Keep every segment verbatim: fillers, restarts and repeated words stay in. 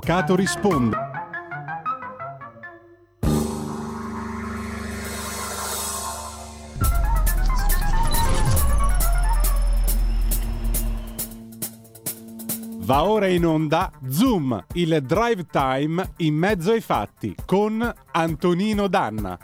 mercato risponde. Va ora in onda Zoom, il drive time in mezzo ai fatti con Antonino Danna.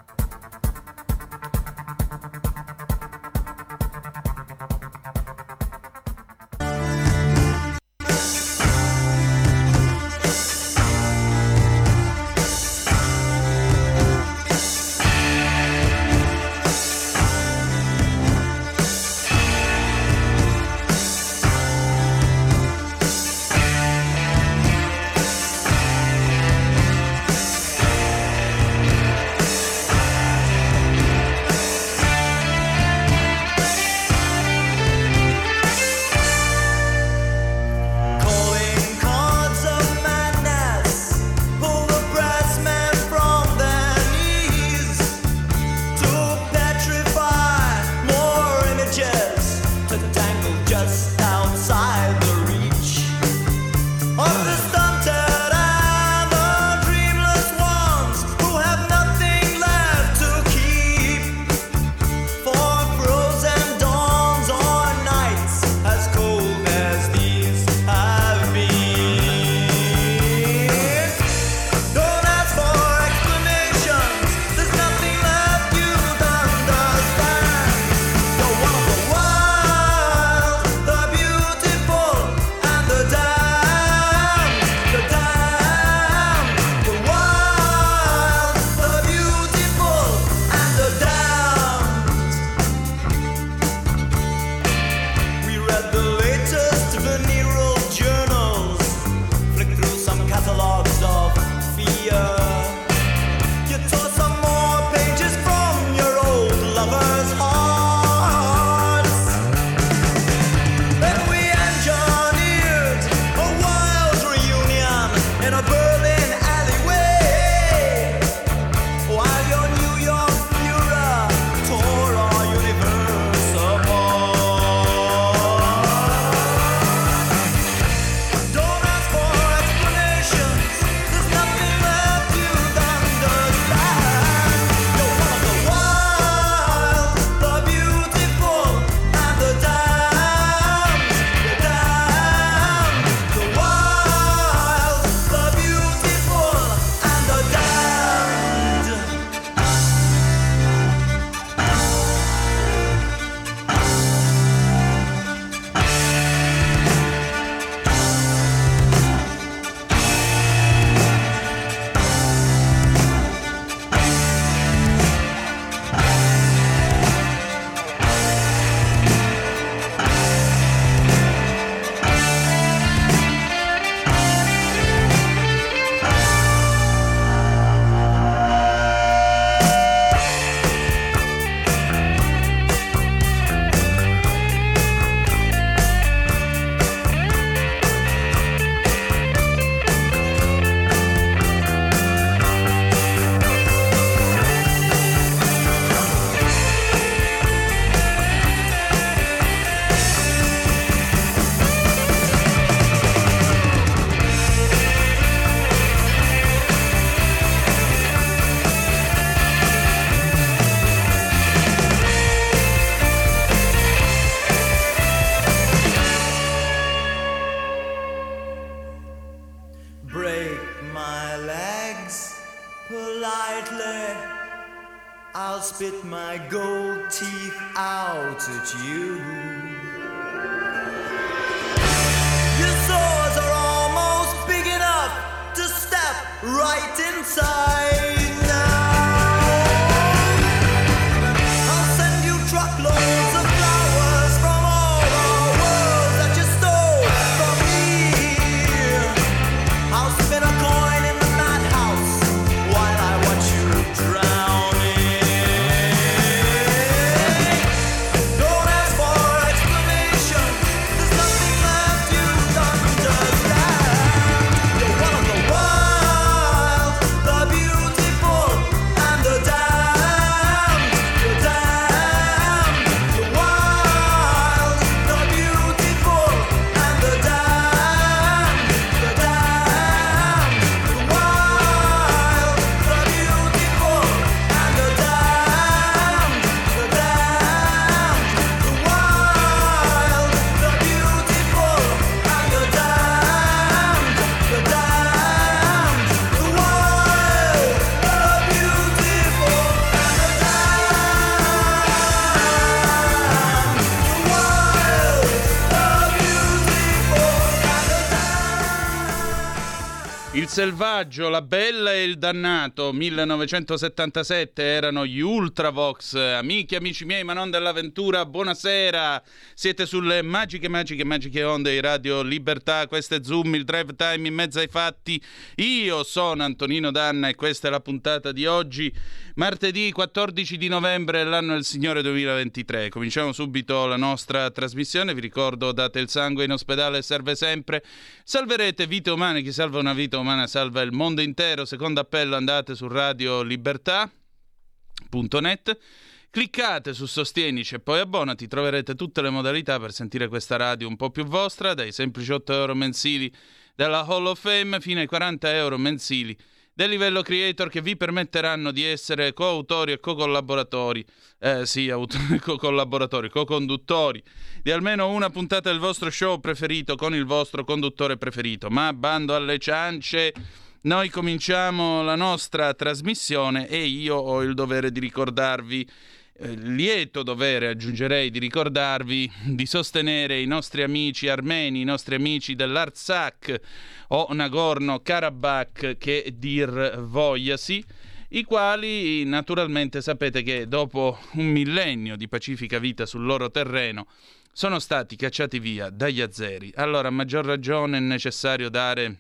Spit my gold teeth out at you. Your sores are almost big enough to step right inside now. I'll send you truckloads of flowers from all the world that you stole from me. I'll spin a coin in the madhouse while I watch you drown. The Il selvaggio, la bella e il dannato, millenovecentosettantasette, erano gli Ultravox. Amiche, amici miei, ma non dell'avventura, buonasera. Siete sulle magiche, magiche, magiche onde di Radio Libertà. Questo è Zoom, il drive time in mezzo ai fatti. Io sono Antonino Danna e questa è la puntata di oggi, martedì quattordici di novembre, l'anno del Signore duemilaventitré. Cominciamo subito la nostra trasmissione. Vi ricordo, date il sangue in ospedale, serve sempre. Salverete vite umane, chi salva una vita umana salva il mondo intero. Secondo appello, andate su radio libertà punto net, cliccate su Sostienici e poi abbonati, troverete tutte le modalità per sentire questa radio un po' più vostra, dai semplici otto euro mensili della Hall of Fame fino ai quaranta euro mensili del livello creator, che vi permetteranno di essere coautori e co-collaboratori, eh sì, autori, co-collaboratori, co-conduttori di almeno una puntata del vostro show preferito con il vostro conduttore preferito. Ma bando alle ciance, noi cominciamo la nostra trasmissione e io ho il dovere di ricordarvi, eh, lieto dovere aggiungerei, di ricordarvi di sostenere i nostri amici armeni, i nostri amici dell'Artsakh o Nagorno-Karabakh, che dir vogliasi, i quali naturalmente sapete che dopo un millennio di pacifica vita sul loro terreno sono stati cacciati via dagli azeri. Allora, a maggior ragione è necessario dare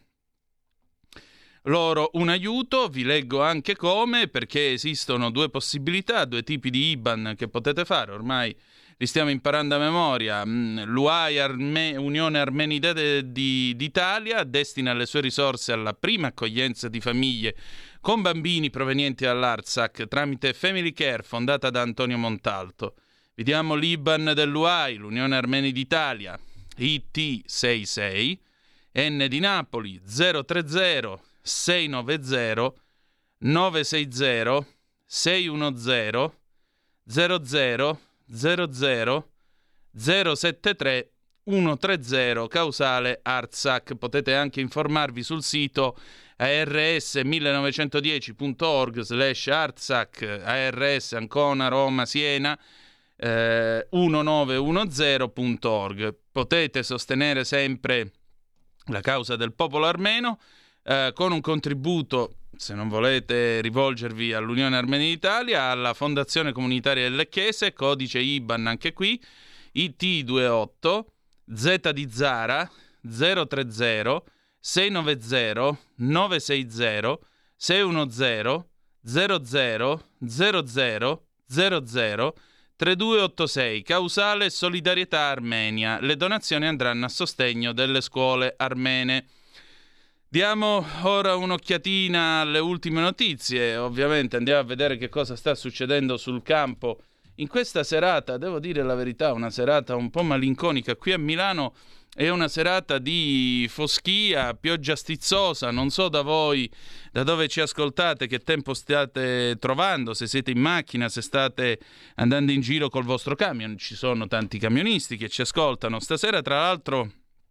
loro un aiuto. Vi leggo anche come, perché esistono due possibilità, due tipi di I B A N che potete fare, ormai li stiamo imparando a memoria. L'U A I, Arme- Unione Armenide d'Italia, destina le sue risorse alla prima accoglienza di famiglie con bambini provenienti dall'Artsakh tramite Family Care, fondata da Antonio Montalto. Vediamo l'I B A N dell'U A I, l'Unione Armenide d'Italia, I T sei sei, N di Napoli, zero tre zero sei nove zero nove sei zero sei uno zero zero zero zero zero zero sette tre uno tre zero, causale Artsakh. Potete anche informarvi sul sito a r s millenovecentodieci punto org slash Artsakh, A R S Ancona, Roma, Siena, eh, millenovecentodieci punto org. Potete sostenere sempre la causa del popolo armeno eh, con un contributo, se non volete rivolgervi all'Unione Armenia d'Italia, alla Fondazione Comunitaria del Lecchese, codice I B A N anche qui, I T ventotto Z di Zara zero tre zero sei nove zero nove sei zero sei uno zero zero zero zero zero zero zero tre due otto sei, causale Solidarietà Armenia. Le donazioni andranno a sostegno delle scuole armene. Diamo ora un'occhiatina alle ultime notizie. Ovviamente andiamo a vedere che cosa sta succedendo sul campo in questa serata. Devo dire la verità, una serata un po' malinconica. Qui a Milano è una serata di foschia, pioggia stizzosa. Non so da voi, da dove ci ascoltate, che tempo state trovando, se siete in macchina, se state andando in giro col vostro camion. Ci sono tanti camionisti che ci ascoltano. Stasera, tra l'altro,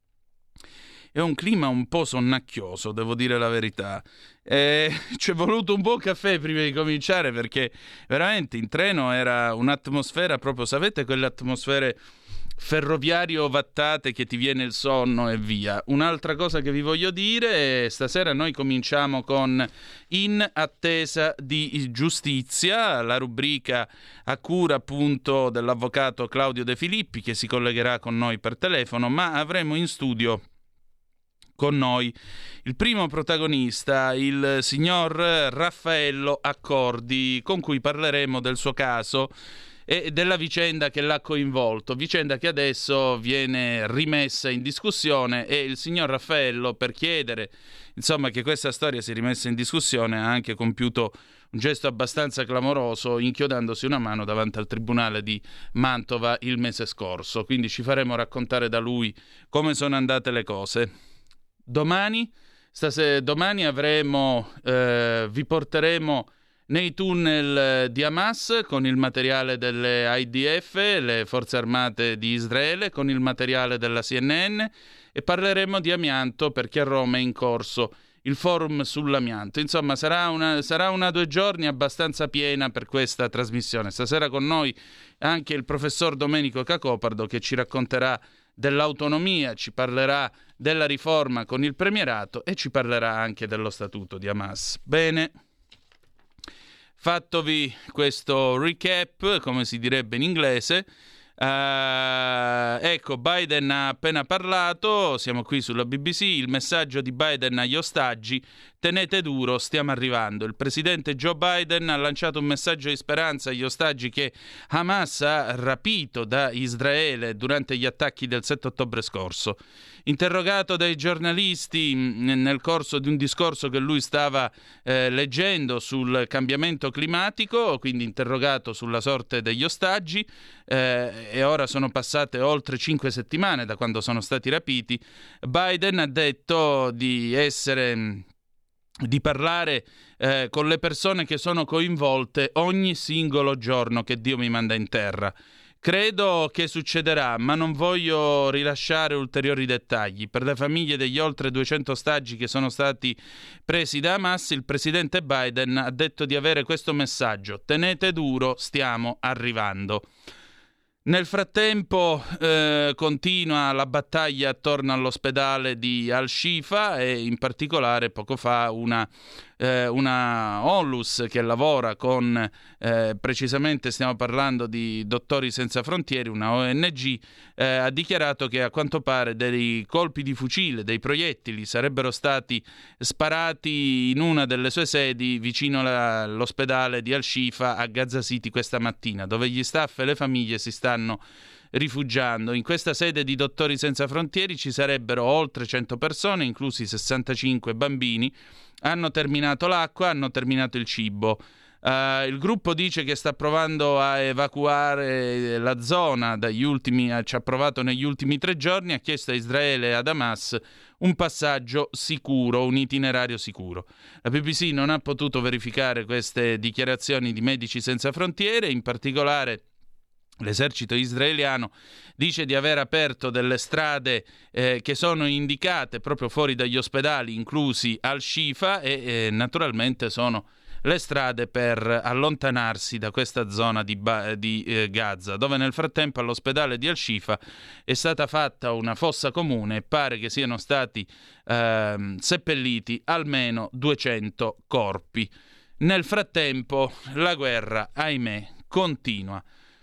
è un clima un po' sonnacchioso, devo dire la verità. Eh, ci è voluto un buon caffè prima di cominciare, perché veramente in treno era un'atmosfera proprio, sapete, quelle atmosfere ferroviarie ovattate che ti viene il sonno e via. Un'altra cosa che vi voglio dire è stasera noi cominciamo con In attesa di giustizia, la rubrica a cura appunto dell'avvocato Claudio De Filippi, che si collegherà con noi per telefono, ma avremo in studio con noi il primo protagonista, il signor Raffaello Accordi, con cui parleremo del suo caso e della vicenda che l'ha coinvolto, vicenda che adesso viene rimessa in discussione, e il signor Raffaello, per chiedere insomma che questa storia sia rimessa in discussione, ha anche compiuto un gesto abbastanza clamoroso, inchiodandosi una mano davanti al tribunale di Mantova il mese scorso. Quindi ci faremo raccontare da lui come sono andate le cose. Domani, stasera, domani avremo, eh, vi porteremo nei tunnel di Hamas con il materiale delle I D F, le forze armate di Israele, con il materiale della C N N, e parleremo di amianto perché a Roma è in corso il forum sull'amianto. Insomma, sarà una, sarà una due giorni abbastanza piena per questa trasmissione. Stasera con noi anche il professor Domenico Cacopardo, che ci racconterà dell'autonomia, ci parlerà della riforma con il premierato e ci parlerà anche dello statuto di Hamas. Bene, fattovi questo recap, come si direbbe in inglese, Uh, ecco, Biden ha appena parlato, siamo qui sulla B B C, il messaggio di Biden agli ostaggi: tenete duro, stiamo arrivando. Il presidente Joe Biden ha lanciato un messaggio di speranza agli ostaggi che Hamas ha rapito da Israele durante gli attacchi del sette ottobre scorso. Interrogato dai giornalisti nel corso di un discorso che lui stava eh, leggendo sul cambiamento climatico, quindi interrogato sulla sorte degli ostaggi, eh, e ora sono passate oltre cinque settimane da quando sono stati rapiti, Biden ha detto di essere... di parlare eh, con le persone che sono coinvolte ogni singolo giorno che Dio mi manda in terra. Credo che succederà, ma non voglio rilasciare ulteriori dettagli. Per le famiglie degli oltre duecento ostaggi che sono stati presi da Hamas, il presidente Biden ha detto di avere questo messaggio: tenete duro, stiamo arrivando. Nel frattempo eh, continua la battaglia attorno all'ospedale di Al-Shifa e in particolare poco fa una, eh, una Onlus che lavora con, eh, precisamente stiamo parlando di Dottori Senza Frontiere, una O N G, eh, ha dichiarato che a quanto pare dei colpi di fucile, dei proiettili sarebbero stati sparati in una delle sue sedi vicino alla, all'ospedale di Al-Shifa a Gaza City questa mattina, dove gli staff e le famiglie si stanno rifugiando. In questa sede di Dottori Senza Frontiere ci sarebbero oltre cento persone, inclusi sessantacinque bambini. Hanno terminato l'acqua, hanno terminato il cibo. Uh, il gruppo dice che sta provando a evacuare la zona dagli ultimi, ci ha provato negli ultimi tre giorni, ha chiesto a Israele e ad Hamas un passaggio sicuro, un itinerario sicuro. La B B C non ha potuto verificare queste dichiarazioni di Medici Senza Frontiere, in particolare l'esercito israeliano dice di aver aperto delle strade eh, che sono indicate proprio fuori dagli ospedali, inclusi Al-Shifa, e eh, naturalmente sono le strade per allontanarsi da questa zona di, ba- di eh, Gaza, dove nel frattempo all'ospedale di Al-Shifa è stata fatta una fossa comune e pare che siano stati eh, seppelliti almeno duecento corpi. Nel frattempo la guerra, ahimè, continua.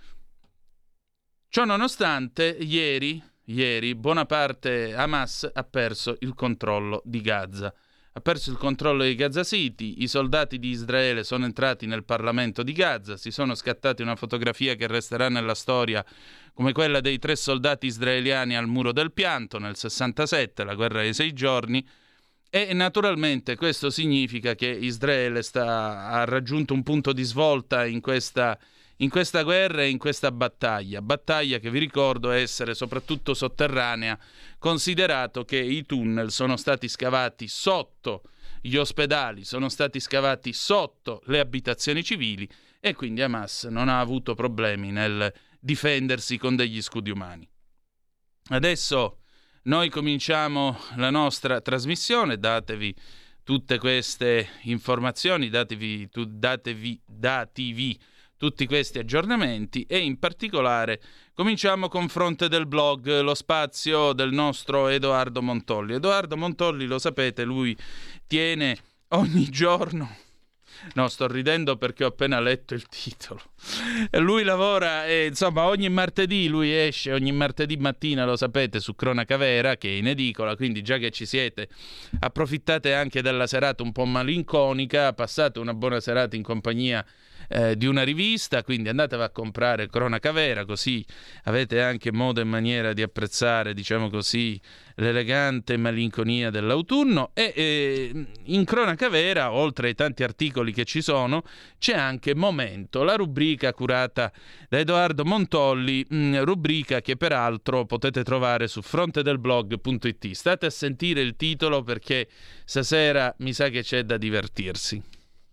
Ciò nonostante, ieri, ieri buona parte Hamas ha perso il controllo di Gaza. Ha perso il controllo di Gaza City, i soldati di Israele sono entrati nel Parlamento di Gaza, si sono scattati una fotografia che resterà nella storia come quella dei tre soldati israeliani al Muro del Pianto nel sessantasette, la guerra dei sei giorni, e naturalmente questo significa che Israele sta, ha raggiunto un punto di svolta in questa In questa guerra e in questa battaglia, battaglia che vi ricordo essere soprattutto sotterranea, considerato che i tunnel sono stati scavati sotto gli ospedali, sono stati scavati sotto le abitazioni civili e quindi Hamas non ha avuto problemi nel difendersi con degli scudi umani. Adesso noi cominciamo la nostra trasmissione, datevi tutte queste informazioni, datevi, tu, datevi, datevi tutti questi aggiornamenti e in particolare cominciamo con Fronte del Blog, lo spazio del nostro Edoardo Montolli. Edoardo Montolli, lo sapete, lui tiene ogni giorno... No, sto ridendo perché ho appena letto il titolo. Lui lavora, e, insomma, ogni martedì lui esce, ogni martedì mattina, lo sapete, su Cronaca Vera, che è in edicola, quindi già che ci siete, approfittate anche della serata un po' malinconica, passate una buona serata in compagnia eh, di una rivista, quindi andatevi a comprare Cronaca Vera, così avete anche modo e maniera di apprezzare, diciamo così, l'elegante malinconia dell'autunno. E eh, in Cronaca Vera, oltre ai tanti articoli che ci sono, c'è anche Momento, la rubrica curata da Edoardo Montolli, mh, rubrica che peraltro potete trovare su frontedelblog punto it. State a sentire il titolo perché stasera mi sa che c'è da divertirsi.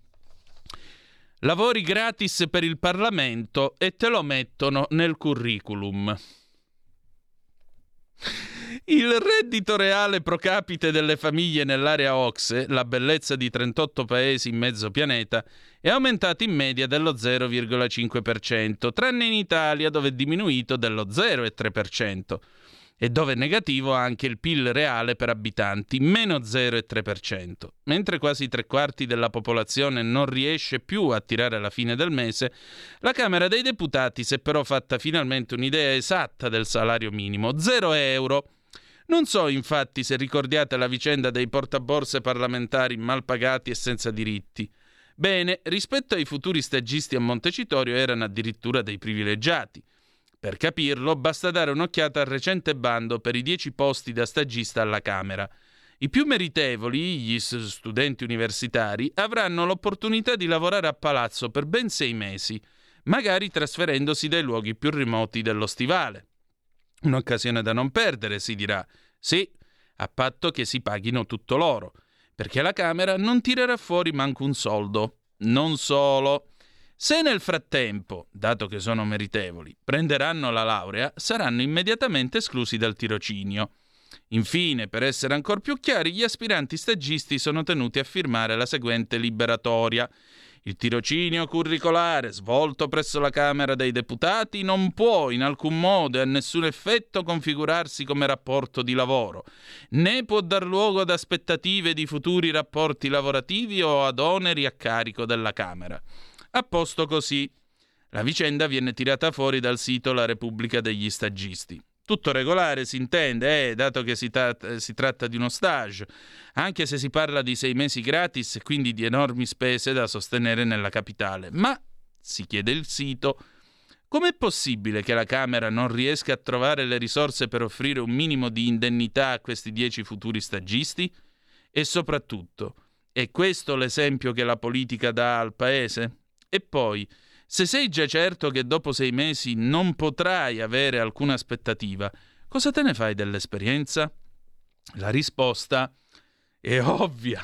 Lavori gratis per il Parlamento e te lo mettono nel curriculum. Il reddito reale pro capite delle famiglie nell'area O C S E, la bellezza di trentotto paesi in mezzo pianeta, è aumentato in media dello zero virgola cinque per cento, tranne in Italia dove è diminuito dello zero virgola tre per cento. e dove è negativo anche il P I L reale per abitanti, meno zero virgola tre per cento. Mentre quasi tre quarti della popolazione non riesce più a tirare la fine del mese, la Camera dei Deputati si è però fatta finalmente un'idea esatta del salario minimo, zero euro. Non so infatti se ricordiate la vicenda dei portaborse parlamentari mal pagati e senza diritti. Bene, rispetto ai futuri stagisti a Montecitorio erano addirittura dei privilegiati. Per capirlo, basta dare un'occhiata al recente bando per i dieci posti da stagista alla Camera. I più meritevoli, gli studenti universitari, avranno l'opportunità di lavorare a palazzo per ben sei mesi, magari trasferendosi dai luoghi più remoti dello stivale. Un'occasione da non perdere, si dirà. Sì, a patto che si paghino tutto loro, perché la Camera non tirerà fuori manco un soldo. Non solo. Se nel frattempo, dato che sono meritevoli, prenderanno la laurea, saranno immediatamente esclusi dal tirocinio. Infine, per essere ancora più chiari, gli aspiranti stagisti sono tenuti a firmare la seguente liberatoria. Il tirocinio curricolare svolto presso la Camera dei Deputati non può in alcun modo e a nessun effetto configurarsi come rapporto di lavoro, né può dar luogo ad aspettative di futuri rapporti lavorativi o ad oneri a carico della Camera. A posto così. La vicenda viene tirata fuori dal sito La Repubblica degli Stagisti. Tutto regolare, si intende, eh, dato che si, ta- si tratta di uno stage, anche se si parla di sei mesi gratis e quindi di enormi spese da sostenere nella capitale. Ma, si chiede il sito, com'è possibile che la Camera non riesca a trovare le risorse per offrire un minimo di indennità a questi dieci futuri stagisti? E soprattutto, è questo l'esempio che la politica dà al Paese? E poi, se sei già certo che dopo sei mesi non potrai avere alcuna aspettativa, cosa te ne fai dell'esperienza? La risposta è ovvia.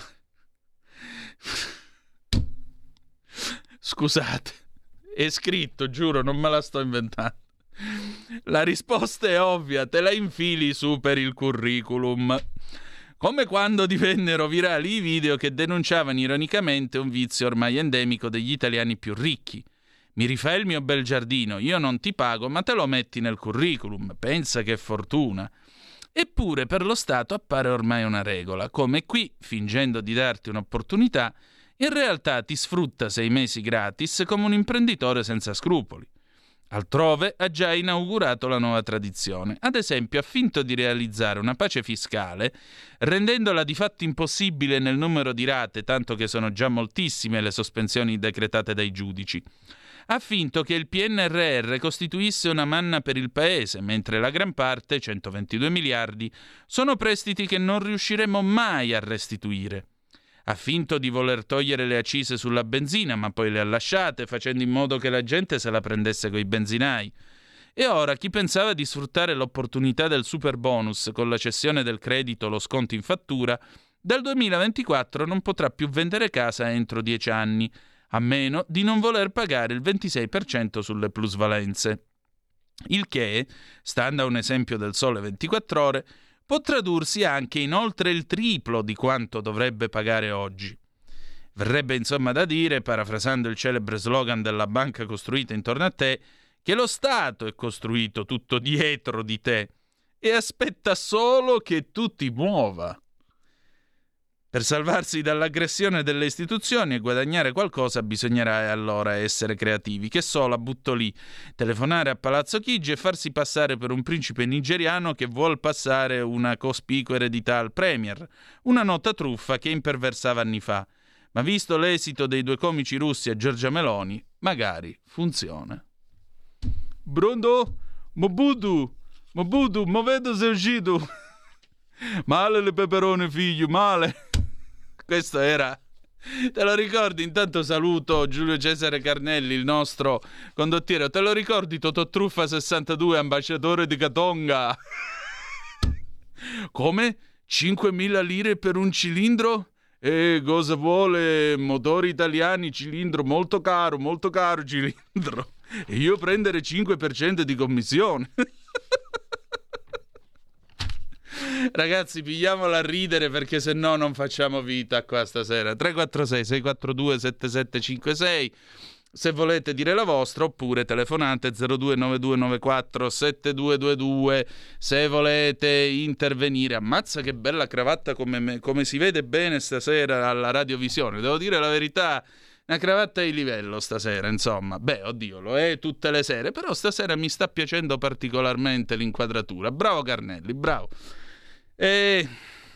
Scusate, è scritto, giuro, non me la sto inventando. La risposta è ovvia, te la infili su per il curriculum. Come quando divennero virali i video che denunciavano ironicamente un vizio ormai endemico degli italiani più ricchi. Mi rifai il mio bel giardino, io non ti pago, ma te lo metti nel curriculum. Pensa che fortuna. Eppure per lo Stato appare ormai una regola, come qui, fingendo di darti un'opportunità, in realtà ti sfrutta sei mesi gratis come un imprenditore senza scrupoli. Altrove ha già inaugurato la nuova tradizione. Ad esempio ha finto di realizzare una pace fiscale, rendendola di fatto impossibile nel numero di rate, tanto che sono già moltissime le sospensioni decretate dai giudici. Ha finto che il P N R R costituisse una manna per il Paese, mentre la gran parte, centoventidue miliardi, sono prestiti che non riusciremo mai a restituire. Ha finto di voler togliere le accise sulla benzina, ma poi le ha lasciate, facendo in modo che la gente se la prendesse coi benzinai. E ora chi pensava di sfruttare l'opportunità del super bonus con la cessione del credito o lo sconto in fattura, dal duemilaventiquattro non potrà più vendere casa entro dieci anni, a meno di non voler pagare il ventisei per cento sulle plusvalenze. Il che, stando a un esempio del Sole ventiquattro Ore, può tradursi anche in oltre il triplo di quanto dovrebbe pagare oggi. Verrebbe insomma da dire, parafrasando il celebre slogan della banca costruita intorno a te, che lo Stato è costruito tutto dietro di te e aspetta solo che tu ti muova. Per salvarsi dall'aggressione delle istituzioni e guadagnare qualcosa bisognerà allora essere creativi. Che so, la butto lì. Telefonare a Palazzo Chigi e farsi passare per un principe nigeriano che vuol passare una cospicua eredità al premier. Una nota truffa che imperversava anni fa. Ma visto l'esito dei due comici russi a Giorgia Meloni, magari funziona. Pronto? Mobudu! Mobudu, ma vedo se è uscito! Male le peperone, figlio, male! Questo era, te lo ricordi? Intanto saluto Giulio Cesare Carnelli, il nostro condottiero. Te lo ricordi Totò Truffa sessantadue, ambasciatore di Catonga? Come? cinquemila lire per un cilindro? E cosa vuole? Motori italiani, cilindro molto caro, molto caro cilindro. E io prendere cinque per cento di commissione. Ragazzi, pigliamola a ridere perché se no non facciamo vita qua stasera. tre quattro sei sei quattro due sette sette cinque sei. se volete dire la vostra, oppure telefonate zero due nove due nove quattro sette due due due se volete intervenire. Ammazza che bella cravatta, come, me, come si vede bene stasera alla radiovisione, devo dire la verità, una cravatta di livello stasera, insomma. Beh, oddio, lo è tutte le sere, però stasera mi sta piacendo particolarmente l'inquadratura. Bravo Carnelli, bravo. E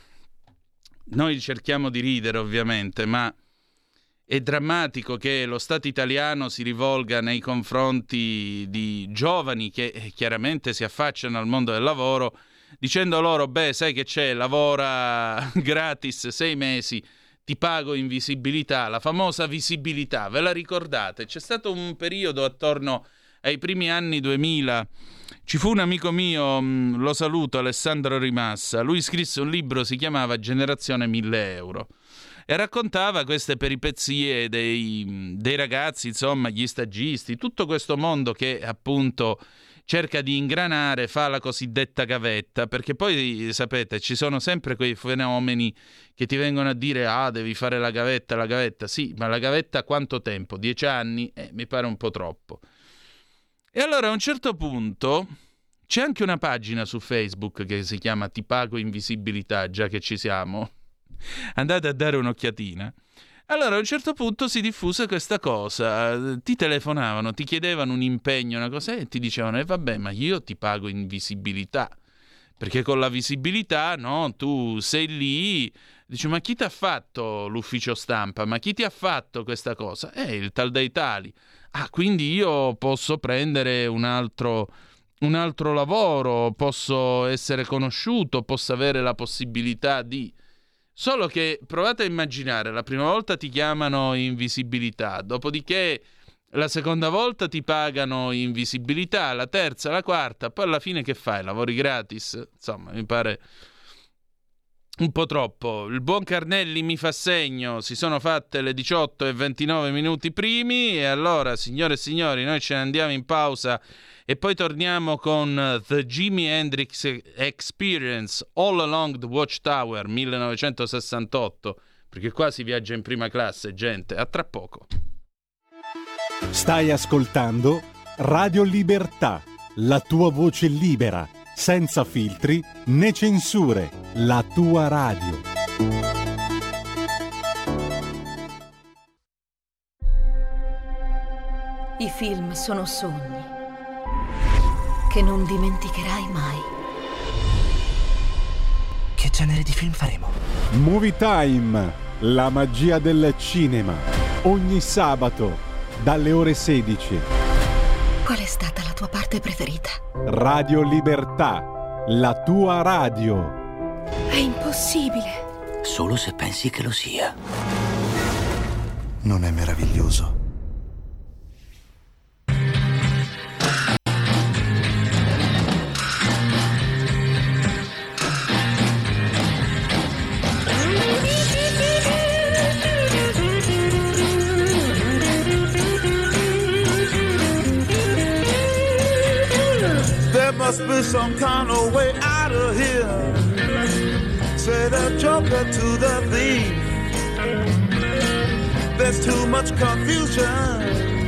noi cerchiamo di ridere ovviamente, ma è drammatico che lo Stato italiano si rivolga nei confronti di giovani che chiaramente si affacciano al mondo del lavoro dicendo loro, beh, sai che c'è, lavora gratis sei mesi, ti pago in visibilità, la famosa visibilità, ve la ricordate? C'è stato un periodo attorno ai primi anni duemila, ci fu un amico mio, lo saluto, Alessandro Rimassa, lui scrisse un libro, si chiamava Generazione mille euro. E raccontava queste peripezie dei, dei ragazzi, insomma, gli stagisti, tutto questo mondo che appunto cerca di ingranare, fa la cosiddetta gavetta, perché poi, sapete, ci sono sempre quei fenomeni che ti vengono a dire ah, devi fare la gavetta, la gavetta. Sì, ma la gavetta quanto tempo? Dieci anni? Eh, mi pare un po' troppo. E allora a un certo punto c'è anche una pagina su Facebook che si chiama Ti pago in visibilità, già che ci siamo. Andate a dare un'occhiatina. Allora a un certo punto si diffuse questa cosa, ti telefonavano, ti chiedevano un impegno, una cosa, e ti dicevano, e eh, vabbè, ma io ti pago in visibilità, perché con la visibilità, no, tu sei lì, dici, ma chi ti ha fatto l'ufficio stampa, ma chi ti ha fatto questa cosa? Eh, il tal dei tali. Ah, quindi io posso prendere un altro, un altro lavoro, posso essere conosciuto, posso avere la possibilità di... Solo che provate a immaginare, la prima volta ti chiamano in visibilità, dopodiché la seconda volta ti pagano in visibilità, la terza, la quarta, poi alla fine che fai? Lavori gratis? Insomma, mi pare un po' troppo. Il buon Carnelli mi fa segno, si sono fatte le diciotto e ventinove minuti primi, e allora, signore e signori, noi ce ne andiamo in pausa e poi torniamo con The Jimi Hendrix Experience All Along the Watchtower millenovecentosessantotto, perché qua si viaggia in prima classe, gente. A tra poco. Stai ascoltando Radio Libertà, la tua voce libera, senza filtri né censure, la tua radio. I film sono sogni che non dimenticherai mai. Che genere di film faremo? Movie Time, la magia del cinema. Ogni sabato, dalle ore sedici. Qual è stata la tua parte preferita? Radio Libertà, la tua radio. È impossibile. Solo se pensi che lo sia. Non è meraviglioso? Must be some kind of way out of here. Say the joker to the thief. There's too much confusion.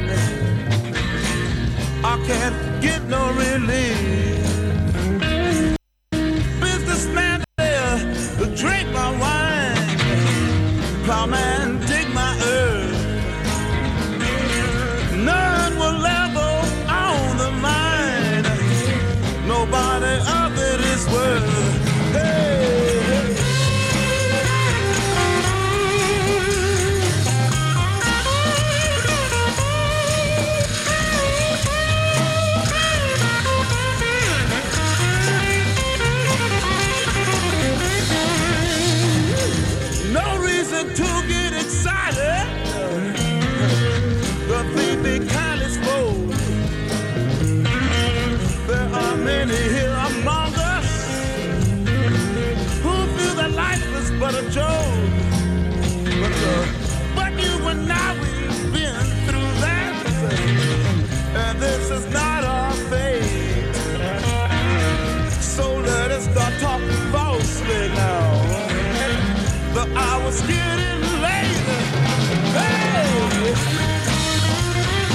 I can't get no relief. Businessman there, drink my wine. Plowman, dig my earth. None will ever own the mine. Nobody of it is worth. Hey, hey. No reason to get excited. The thief be kindly spoke. There are many here among us who feel that life is but a joke. But, uh, but you and I, we've been through that, and this is not our fate. So let us start talking falsely now. The hour's getting late. Hey!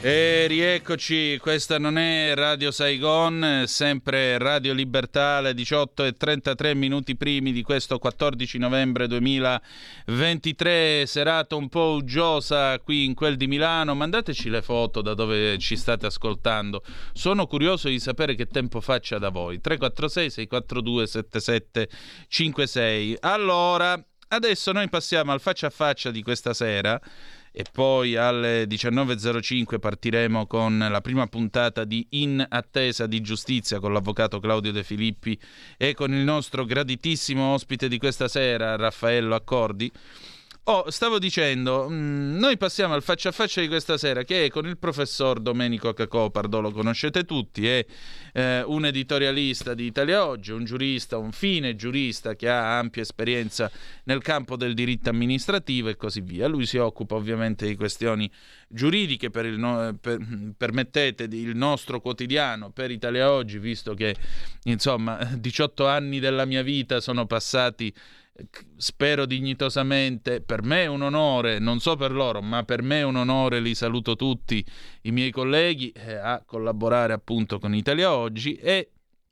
E rieccoci, questa non è Radio Saigon, sempre Radio Libertà, alle diciotto e trentatré minuti primi di questo quattordici novembre duemilaventitré, serata un po' uggiosa qui in quel di Milano. Mandateci le foto da dove ci state ascoltando, sono curioso di sapere che tempo faccia da voi. Tre quattro sei sei quattro due sette sette cinque sei. Allora, adesso noi passiamo al faccia a faccia di questa sera e poi alle diciannove e zero cinque partiremo con la prima puntata di In attesa di giustizia con l'avvocato Claudio De Filippi e con il nostro graditissimo ospite di questa sera, Raffaello Accordi. Oh, stavo dicendo, mh, noi passiamo al faccia a faccia di questa sera, che è con il professor Domenico Cacopardo. Lo conoscete tutti, è eh, un editorialista di Italia Oggi, un giurista, un fine giurista che ha ampia esperienza nel campo del diritto amministrativo e così via. Lui si occupa ovviamente di questioni giuridiche per il no- per, permettete, il nostro quotidiano, per Italia Oggi, visto che insomma diciotto anni della mia vita sono passati, spero dignitosamente. Per me è un onore, non so per loro, ma per me è un onore, li saluto tutti i miei colleghi, eh, a collaborare appunto con Italia Oggi. E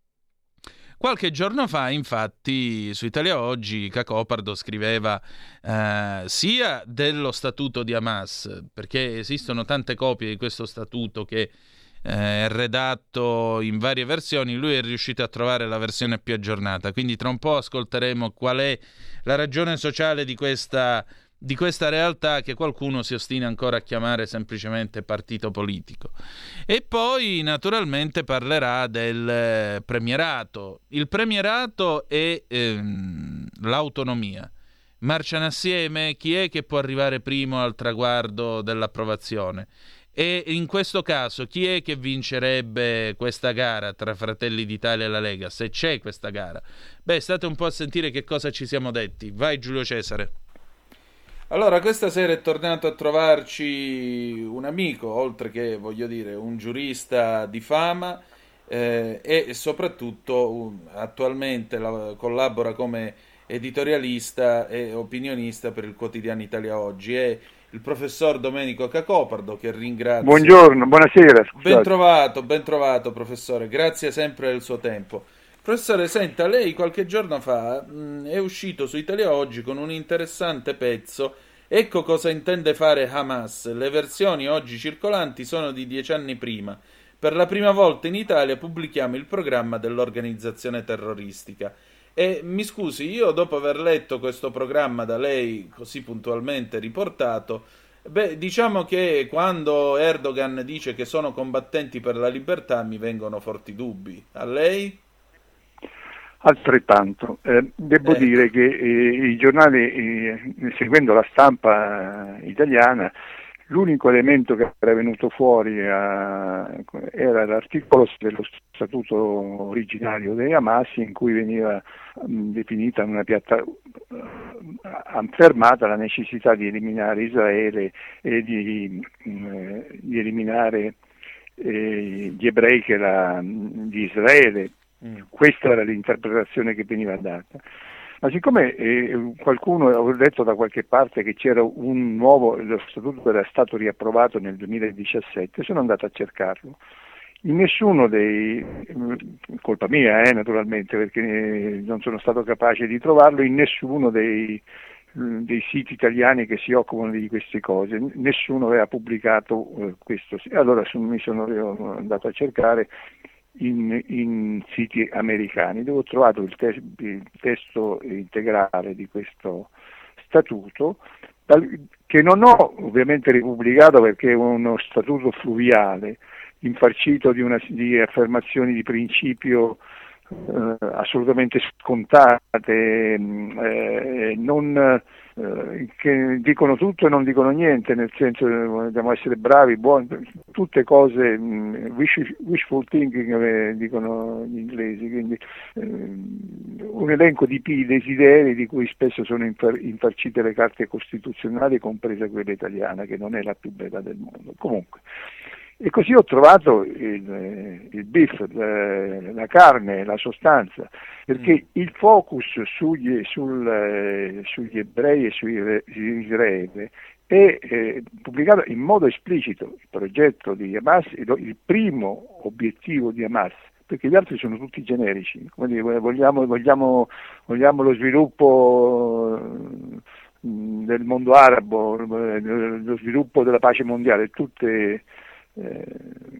qualche giorno fa, infatti, su Italia Oggi Cacopardo scriveva eh, sia dello statuto di Hamas, perché esistono tante copie di questo statuto che è redatto in varie versioni. Lui è riuscito a trovare la versione più aggiornata, quindi tra un po' ascolteremo qual è la ragione sociale di questa, di questa realtà che qualcuno si ostina ancora a chiamare semplicemente partito politico. E poi naturalmente parlerà del premierato. Il premierato e ehm, l'autonomia marciano assieme. Chi è che può arrivare primo al traguardo dell'approvazione? E in questo caso chi è che vincerebbe questa gara tra Fratelli d'Italia e la Lega, se c'è questa gara? Beh, state un po' a sentire che cosa ci siamo detti. Vai Giulio Cesare. Allora, questa sera è tornato a trovarci un amico, oltre che, voglio dire, un giurista di fama, eh, e soprattutto um, attualmente la, collabora come editorialista e opinionista per il quotidiano Italia Oggi. È il professor Domenico Cacopardo, che ringrazio. Buongiorno, buonasera. Scusate. Ben trovato, ben trovato professore, grazie sempre del suo tempo. Professore, senta, lei qualche giorno fa mh, è uscito su Italia Oggi con un interessante pezzo. Ecco cosa intende fare Hamas. Le versioni oggi circolanti sono di dieci anni prima. Per la prima volta in Italia pubblichiamo il programma dell'organizzazione terroristica. E mi scusi, io dopo aver letto questo programma da lei così puntualmente riportato, beh, diciamo che quando Erdogan dice che sono combattenti per la libertà mi vengono forti dubbi. A lei? Altrettanto. Eh, devo ecco. dire che eh, i giornali, eh, seguendo la stampa eh, italiana, l'unico elemento che era venuto fuori eh, era l'articolo dello statuto originario dei Hamas, in cui veniva mh, definita una piatta, uh, affermata la necessità di eliminare Israele e di, mh, di eliminare eh, gli ebrei che era di Israele. Mm. Questa era l'interpretazione che veniva data. Ma siccome eh, qualcuno, ho letto da qualche parte che c'era un nuovo, lo statuto era stato riapprovato nel duemiladiciassette, sono andato a cercarlo. In nessuno dei, colpa mia eh, naturalmente, perché non sono stato capace di trovarlo, in nessuno dei, dei siti italiani che si occupano di queste cose, nessuno aveva pubblicato eh, questo. Allora mi sono andato a cercare In, in siti americani, dove ho trovato il, te- il testo integrale di questo statuto, dal- che non ho ovviamente ripubblicato perché è uno statuto fluviale, infarcito di, una, di affermazioni di principio eh, assolutamente scontate, eh, non, eh, che dicono tutto e non dicono niente, nel senso che dobbiamo essere bravi, buoni, tutte cose mh, wish, wishful thinking, come dicono gli inglesi, quindi eh, un elenco di P desideri di cui spesso sono infar- infarcite le carte costituzionali, compresa quella italiana, che non è la più bella del mondo. Comunque, E così ho trovato il, il beef, la, la carne, la sostanza, perché mm. il focus sugli, sul, eh, sugli ebrei e su Israele è eh, pubblicato in modo esplicito. Il progetto di Hamas, il, il primo obiettivo di Hamas, perché gli altri sono tutti generici, come dire, vogliamo, vogliamo, vogliamo lo sviluppo del mondo arabo, lo sviluppo della pace mondiale, tutte... Eh,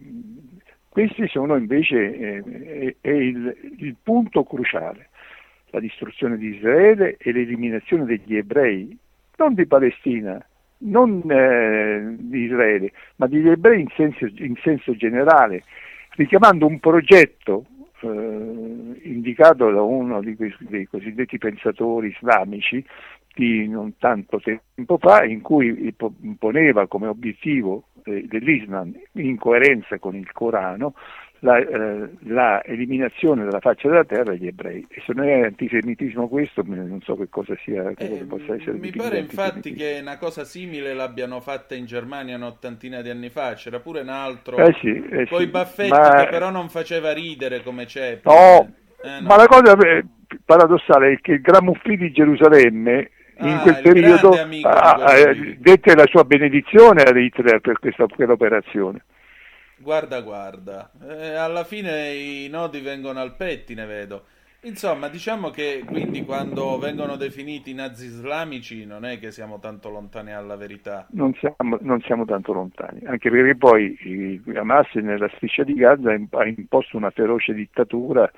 questi sono invece eh, è, è il, il punto cruciale, la distruzione di Israele e l'eliminazione degli ebrei, non di Palestina, non eh, di Israele, ma degli ebrei in senso, in senso generale, richiamando un progetto eh, indicato da uno di quei, dei cosiddetti pensatori islamici di non tanto tempo fa, in cui poneva come obiettivo eh, dell'Islam, in coerenza con il Corano, la, eh, la eliminazione dalla faccia della terra degli ebrei. E se non è antisemitismo questo, non so che cosa sia, che eh, possa essere. Mi pare infatti che una cosa simile l'abbiano fatta in Germania un'ottantina di anni fa, c'era pure un altro eh sì, eh coi sì, baffetti ma... che però non faceva ridere come c'è. No, eh, no, ma la cosa paradossale è che il Gran Muffì di Gerusalemme in ah, quel periodo ah, eh, dette la sua benedizione a Hitler per questa per l'operazione. Guarda, guarda, eh, alla fine i nodi vengono al pettine, vedo. Insomma, diciamo che quindi quando vengono definiti nazi islamici non è che siamo tanto lontani alla verità. Non siamo, non siamo tanto lontani, anche perché poi Hamas nella striscia di Gaza ha imposto una feroce dittatura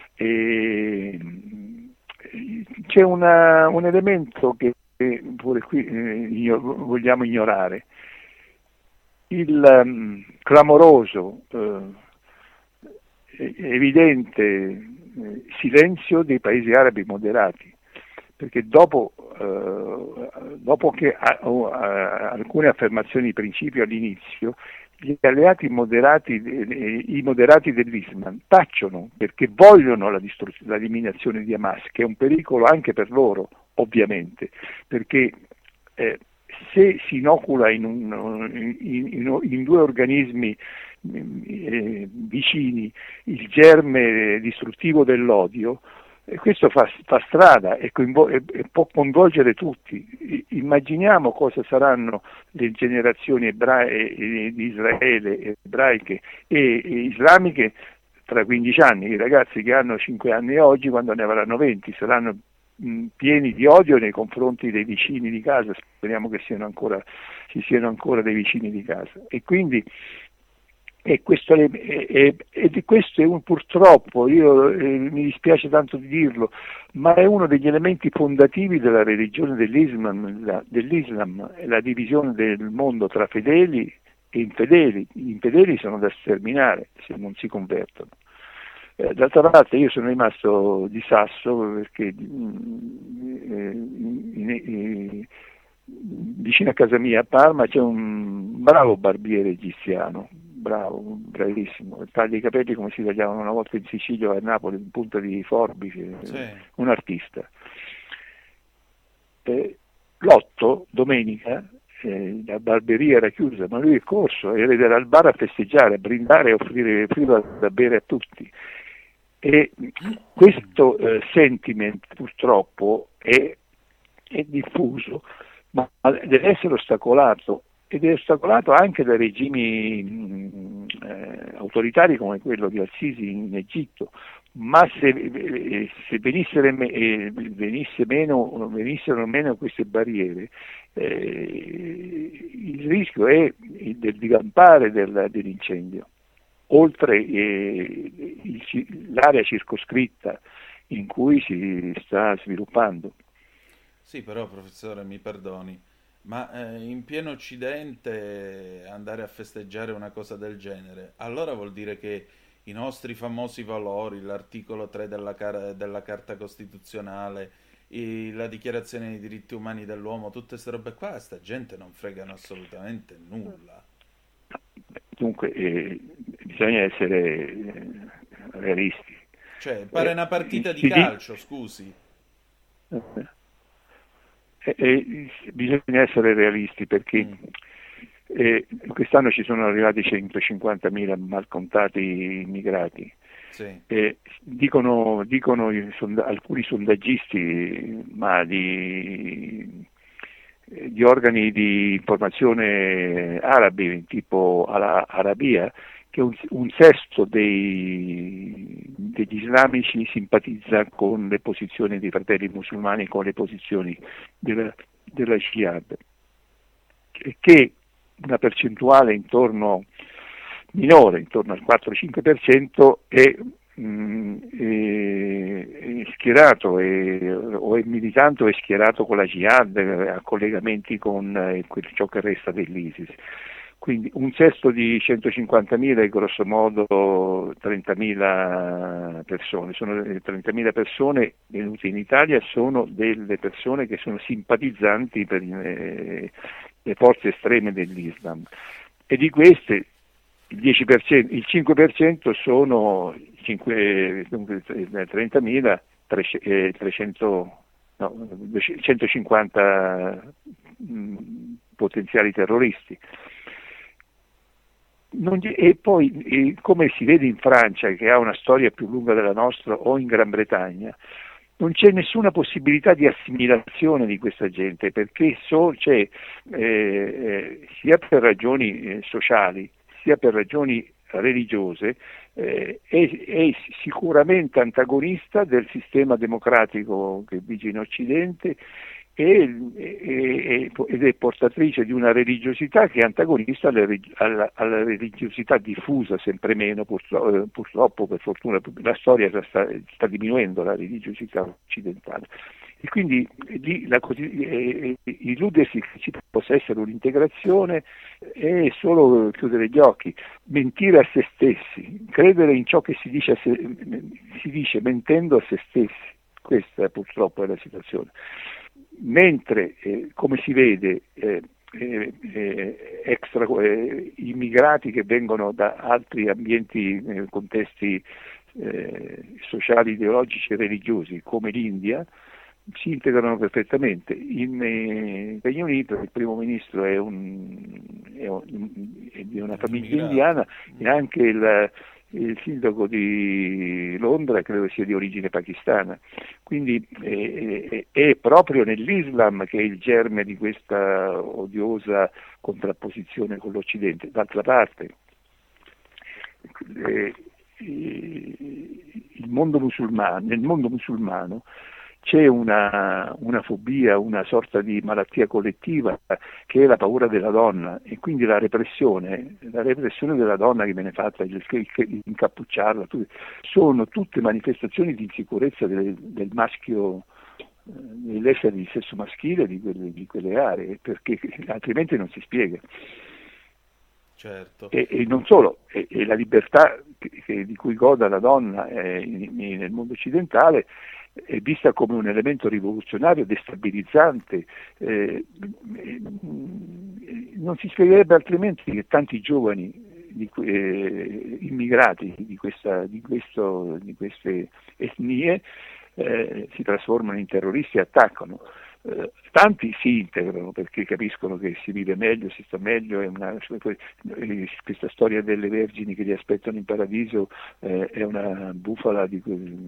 e c'è una, un elemento che pure qui eh, vogliamo ignorare. Il um, clamoroso, eh, evidente eh, silenzio dei paesi arabi moderati, perché dopo, eh, dopo che a, a, alcune affermazioni di principio all'inizio, gli alleati moderati, eh, i moderati dell'Islam tacciono perché vogliono la l'eliminazione di Hamas, che è un pericolo anche per loro, ovviamente, perché eh, se si inocula in, un, in, in, in due organismi eh, vicini il germe distruttivo dell'odio, e questo fa, fa strada e, coinvol- e, e può coinvolgere tutti. I, immaginiamo cosa saranno le generazioni ebrae di Israele, ebraiche e, e islamiche tra quindici anni. I ragazzi che hanno cinque anni oggi, quando ne avranno venti, saranno mh, pieni di odio nei confronti dei vicini di casa. Speriamo che siano ancora, ci siano ancora dei vicini di casa. E quindi E questo è, è, è, è, questo è un, purtroppo, io eh, mi dispiace tanto di dirlo, ma è uno degli elementi fondativi della religione dell'Islam, la, dell'Islam, la divisione del mondo tra fedeli e infedeli. Gli infedeli sono da sterminare se non si convertono. Eh, d'altra parte io sono rimasto di sasso perché mh, eh, in, in, vicino a casa mia a Parma c'è un bravo barbiere egiziano, bravo, bravissimo, taglia i capelli come si tagliavano una volta in Sicilia o a Napoli in punta di forbice, sì. Un artista. Eh, l'otto, domenica, eh, la barberia era chiusa, ma lui è corso ed era al bar a festeggiare, a brindare e offrire filo da bere a tutti. E questo eh, sentiment purtroppo è, è diffuso, ma deve essere ostacolato. Ed è ostacolato anche da regimi mh, eh, autoritari come quello di Al-Sisi in Egitto, ma se, eh, se venissero, eh, venisse meno, venissero meno queste barriere, eh, il rischio è del divampare del, dell'incendio, oltre eh, il, l'area circoscritta in cui si sta sviluppando. Sì, però professore, mi perdoni, ma eh, in pieno Occidente andare a festeggiare una cosa del genere, allora vuol dire che i nostri famosi valori, l'articolo tre della, car- della Carta Costituzionale, i- la Dichiarazione dei diritti umani dell'uomo, tutte queste robe qua, sta gente non fregano assolutamente nulla. Dunque, eh, bisogna essere eh, realisti. Cioè, pare eh, una partita di di... calcio, scusi. Eh, eh, bisogna essere realisti perché Mm. E quest'anno ci sono arrivati centocinquantamila malcontati immigrati. Sì. E dicono dicono i sonda- alcuni sondaggisti, ma di, di organi di informazione arabi, tipo Ala- Arabia, che un, un sesto dei, degli islamici simpatizza con le posizioni dei fratelli musulmani, con le posizioni della, della Jihad, e che una percentuale intorno minore, intorno al quattro-cinque per cento, è, mh, è, è schierato è, o è militante o è schierato con la Jihad, ha collegamenti con eh, quel, ciò che resta dell'ISIS. Quindi un sesto di centocinquantamila è grosso modo trentamila persone, sono trentamila persone venute in Italia, sono delle persone che sono simpatizzanti per eh, le forze estreme dell'Islam, e di queste il dieci per cento, il cinque per cento sono cinque, trentamila, trecento, no, centocinquanta mh, potenziali terroristi. Non, e poi, e come si vede in Francia, che ha una storia più lunga della nostra, o in Gran Bretagna, non c'è nessuna possibilità di assimilazione di questa gente, perché so, c'è, eh, eh, sia per ragioni eh, sociali, sia per ragioni religiose, eh, è, è sicuramente antagonista del sistema democratico che vige in Occidente, e, e, ed è portatrice di una religiosità che è antagonista alle, alla, alla religiosità diffusa, sempre meno, purtroppo, purtroppo per fortuna la storia sta, sta diminuendo la religiosità occidentale. E quindi lì la, eh, illudersi che ci possa essere un'integrazione è solo chiudere gli occhi, mentire a se stessi, credere in ciò che si dice, a se, si dice mentendo a se stessi. Questa purtroppo è la situazione. Mentre, eh, come si vede, eh, eh, eh, extra, eh, immigrati che vengono da altri ambienti, eh, contesti eh, sociali, ideologici e religiosi, come l'India, si integrano perfettamente. In eh, Regno Unito il primo ministro è, un, è, un, è di una famiglia indiana, e anche il, il sindaco di Londra credo sia di origine pakistana. Quindi è, è proprio nell'Islam che è il germe di questa odiosa contrapposizione con l'Occidente. D'altra parte, eh, il mondo musulmano, nel mondo musulmano c'è una, una fobia, una sorta di malattia collettiva che è la paura della donna, e quindi la repressione, la repressione della donna che viene fatta, il, il, incappucciarla, sono tutte manifestazioni di insicurezza del, del maschio, dell'essere di sesso maschile di quelle, di quelle aree, perché altrimenti non si spiega. Certo. E, e non solo, e, e la libertà che, che, di cui goda la donna eh, in, in, nel mondo occidentale è vista come un elemento rivoluzionario, destabilizzante. Eh, non si spiegherebbe altrimenti che tanti giovani di, eh, immigrati di, questa, di, questo, di queste etnie eh, si trasformano in terroristi e attaccano. Eh, tanti si integrano perché capiscono che si vive meglio, si sta meglio, è una, questa storia delle vergini che li aspettano in paradiso eh, è una bufala di,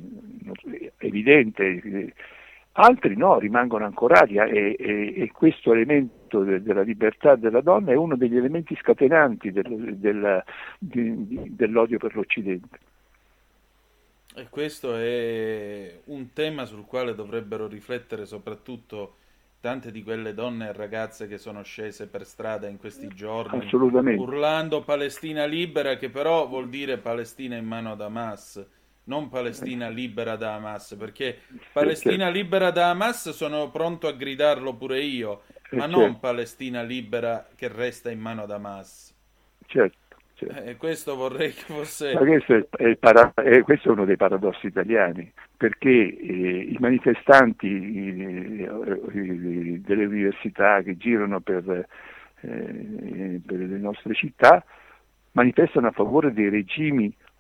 evidente. Altri no, rimangono ancorati e, e, e questo elemento de, della libertà della donna è uno degli elementi scatenanti del, del, di, di, dell'odio per l'Occidente. E questo è un tema sul quale dovrebbero riflettere soprattutto tante di quelle donne e ragazze che sono scese per strada in questi giorni urlando Palestina libera, che però vuol dire Palestina in mano ad Hamas, non Palestina libera da Hamas, perché Palestina libera da Hamas sono pronto a gridarlo pure io, ma non Palestina libera che resta in mano ad Hamas. Certo. E eh, questo vorrei che fosse... Ma questo è, è, para... è, questo è uno dei paradossi italiani, perché eh, i manifestanti eh, eh, delle università che girano per, eh, per le nostre città manifestano a favore dei regimi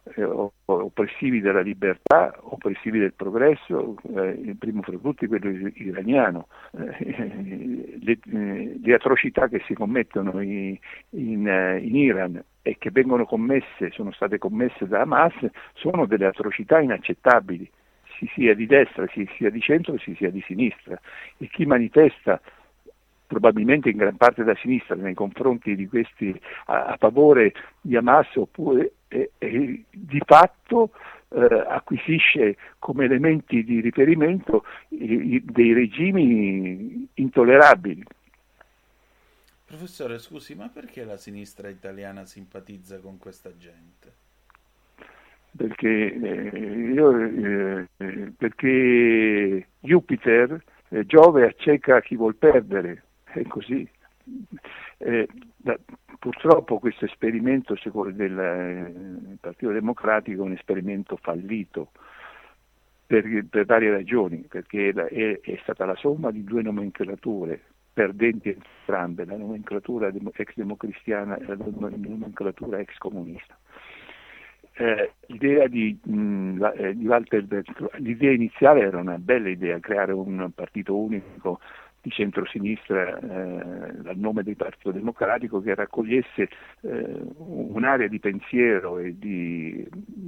eh, oppressivi della libertà, oppressivi del progresso, eh, il primo fra tutti quello iraniano, eh, le, eh, le atrocità che si commettono in, in, in Iran e che vengono commesse, sono state commesse da Hamas, sono delle atrocità inaccettabili, si sia di destra, si sia di centro, si sia di sinistra, e chi manifesta probabilmente in gran parte da sinistra nei confronti di questi a, a favore di Hamas oppure eh, eh, di fatto eh, acquisisce come elementi di riferimento eh, dei regimi intollerabili. Professore, scusi, ma perché la sinistra italiana simpatizza con questa gente? Perché, eh, io, eh, perché Jupiter, eh, Giove acceca chi vuol perdere, è così. Eh, da, purtroppo questo esperimento del eh, Partito Democratico è un esperimento fallito per, per varie ragioni, perché è, è stata la somma di due nomenclature perdenti entrambe, la nomenclatura ex democristiana e la nomenclatura ex comunista. Eh, l'idea di, mh, la, eh, di Walter Bertolucci, l'idea iniziale era una bella idea, creare un partito unico di centrosinistra eh, dal nome del Partito Democratico che raccogliesse eh, un'area di pensiero e di,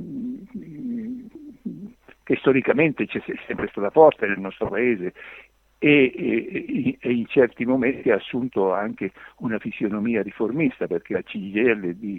che storicamente c'è sempre stata forte nel nostro paese e, e, e in certi momenti ha assunto anche una fisionomia riformista, perché la C G I L di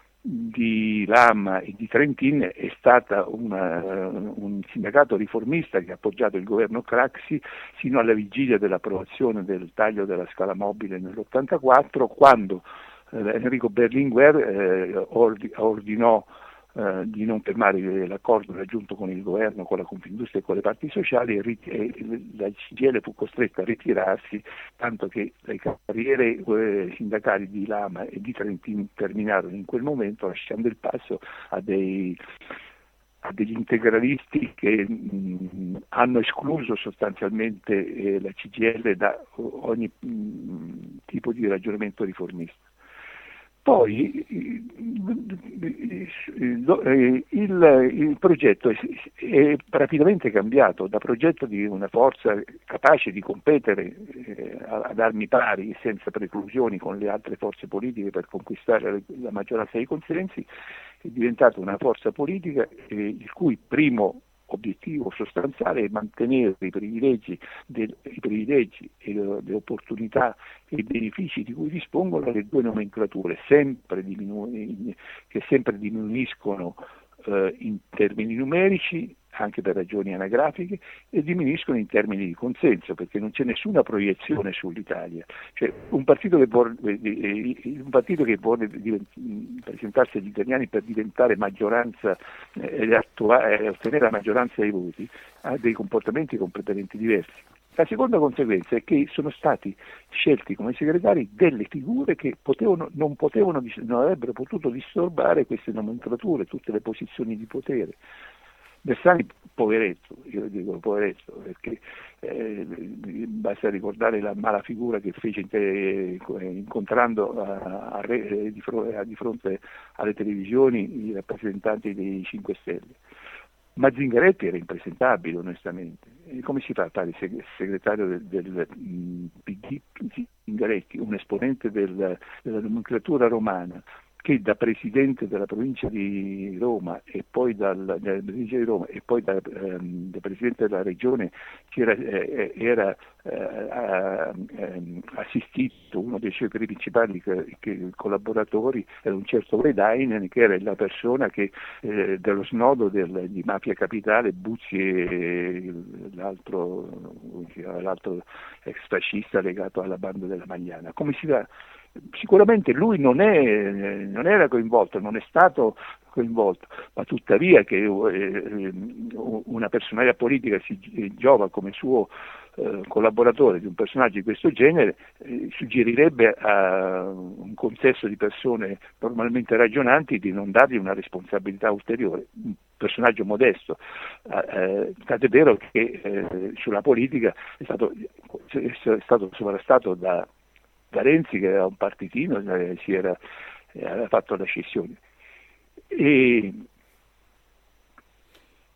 di Lama e di Trentin è stata una, un sindacato riformista che ha appoggiato il governo Craxi sino alla vigilia dell'approvazione del taglio della scala mobile nell'ottantaquattro, quando eh, Enrico Berlinguer eh, ordi, ordinò eh, di non fermare l'accordo raggiunto con il governo, con la Confindustria e con le parti sociali, e, rit- e la C G I L fu costretta a ritirarsi, tanto che le carriere eh, sindacali di Lama e di Trentin terminarono in quel momento, lasciando il passo a dei a degli integralisti che mh, hanno escluso sostanzialmente eh, la C G I L da ogni mh, tipo di ragionamento riformista. Poi il, il, il progetto è, è rapidamente cambiato da progetto di una forza capace di competere eh, ad armi pari, senza preclusioni con le altre forze politiche per conquistare la maggioranza dei consensi, è diventata una forza politica eh, il cui primo obiettivo sostanziale è mantenere i privilegi, del, i privilegi e le, le opportunità e i benefici di cui dispongono le due nomenclature, sempre diminu- che sempre diminuiscono eh, in termini numerici, anche per ragioni anagrafiche, e diminuiscono in termini di consenso, perché non c'è nessuna proiezione sull'Italia. Cioè, un partito che vuole, un partito che vuole presentarsi agli italiani per diventare maggioranza e eh, ottenere la maggioranza dei voti ha dei comportamenti completamente diversi. La seconda conseguenza è che sono stati scelti come segretari delle figure che potevano, non, potevano, non avrebbero potuto disturbare queste nomenclature, tutte le posizioni di potere. Bersani, poveretto, io dico poveretto, perché eh, basta ricordare la mala figura che fece in te, incontrando a, a, di, fronte, di fronte alle televisioni i rappresentanti dei cinque Stelle. Ma Zingaretti era impresentabile, onestamente. E come si fa a fare il segretario del, del P D Zingaretti, un esponente del, della nomenclatura romana, che da presidente della provincia di Roma e poi dal, della provincia di Roma e poi da, ehm, da presidente della regione che era, eh, era eh, eh, assistito, uno dei suoi principali che, che, collaboratori era un certo Vedainen, che era la persona che eh, dello snodo del, di Mafia Capitale, Buzzi e l'altro, l'altro ex fascista legato alla banda della Magliana. Come si fa? Sicuramente lui non, è, non era coinvolto, non è stato coinvolto, ma tuttavia che eh, una personalità politica si giova come suo eh, collaboratore di un personaggio di questo genere eh, suggerirebbe a un consesso di persone normalmente ragionanti di non dargli una responsabilità ulteriore. Un personaggio modesto, eh, tant'è vero che eh, sulla politica è stato, è stato sovrastato da da Renzi, che era un partitino, eh, si era, eh, aveva fatto la scissione. E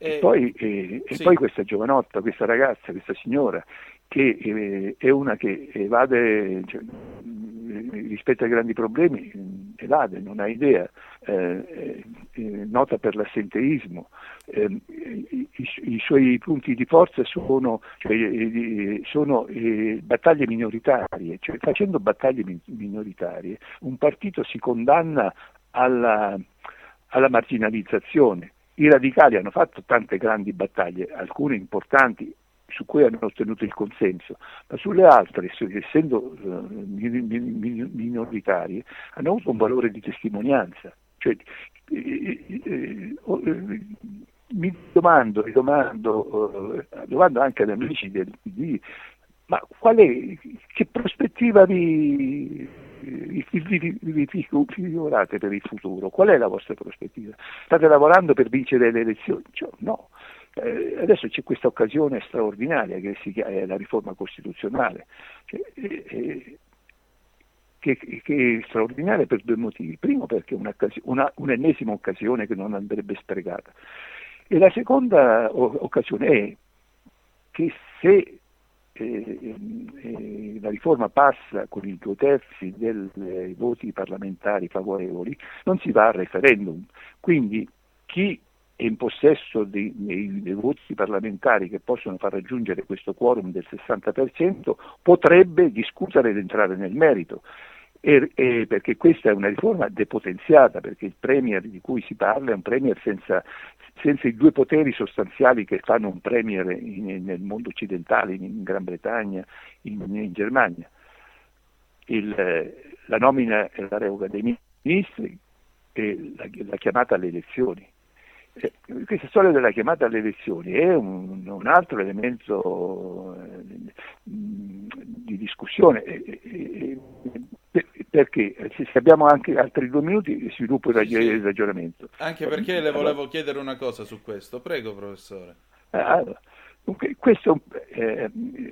E, poi, eh, sì. e poi questa giovanotta, questa ragazza, questa signora, che eh, è una che evade, cioè, rispetto ai grandi problemi, evade, non ha idea, eh, eh, nota per l'assenteismo, eh, i, i suoi punti di forza sono, cioè, eh, sono eh, battaglie minoritarie, cioè facendo battaglie min- minoritarie un partito si condanna alla, alla marginalizzazione. I radicali hanno fatto tante grandi battaglie, alcune importanti, su cui hanno ottenuto il consenso, ma sulle altre, essendo uh, minoritari, hanno avuto un valore di testimonianza. Cioè, eh, eh, eh, mi domando, mi domando, eh, domando anche ad amici del P D, ma qual è, che prospettiva vi, vi, vi, vi, vi figurate per il futuro? Qual è la vostra prospettiva? State lavorando per vincere le elezioni? Cioè, no. Eh, adesso c'è questa occasione straordinaria che si chiama è la riforma costituzionale, cioè, eh, che, che è straordinaria per due motivi. Primo, perché è una, un'ennesima occasione che non andrebbe sprecata, e la seconda o, occasione è che se eh, eh, la riforma passa con i due terzi dei eh, voti parlamentari favorevoli, non si va al referendum, quindi chi è in possesso dei, dei, dei voti parlamentari che possono far raggiungere questo quorum del sessanta per cento potrebbe discutere ed entrare nel merito, e, e perché questa è una riforma depotenziata, perché il premier di cui si parla è un premier senza, senza i due poteri sostanziali che fanno un premier in, nel mondo occidentale, in, in Gran Bretagna, in, in Germania. Il, la nomina e la revoca dei ministri e la, la chiamata alle elezioni. Eh, questa storia della chiamata alle elezioni è un, un altro elemento eh, di discussione, eh, eh, per, perché se abbiamo anche altri due minuti sviluppo il, rag- il ragionamento. Anche perché le volevo chiedere una cosa su questo, prego professore. Allora, dunque, questo, eh,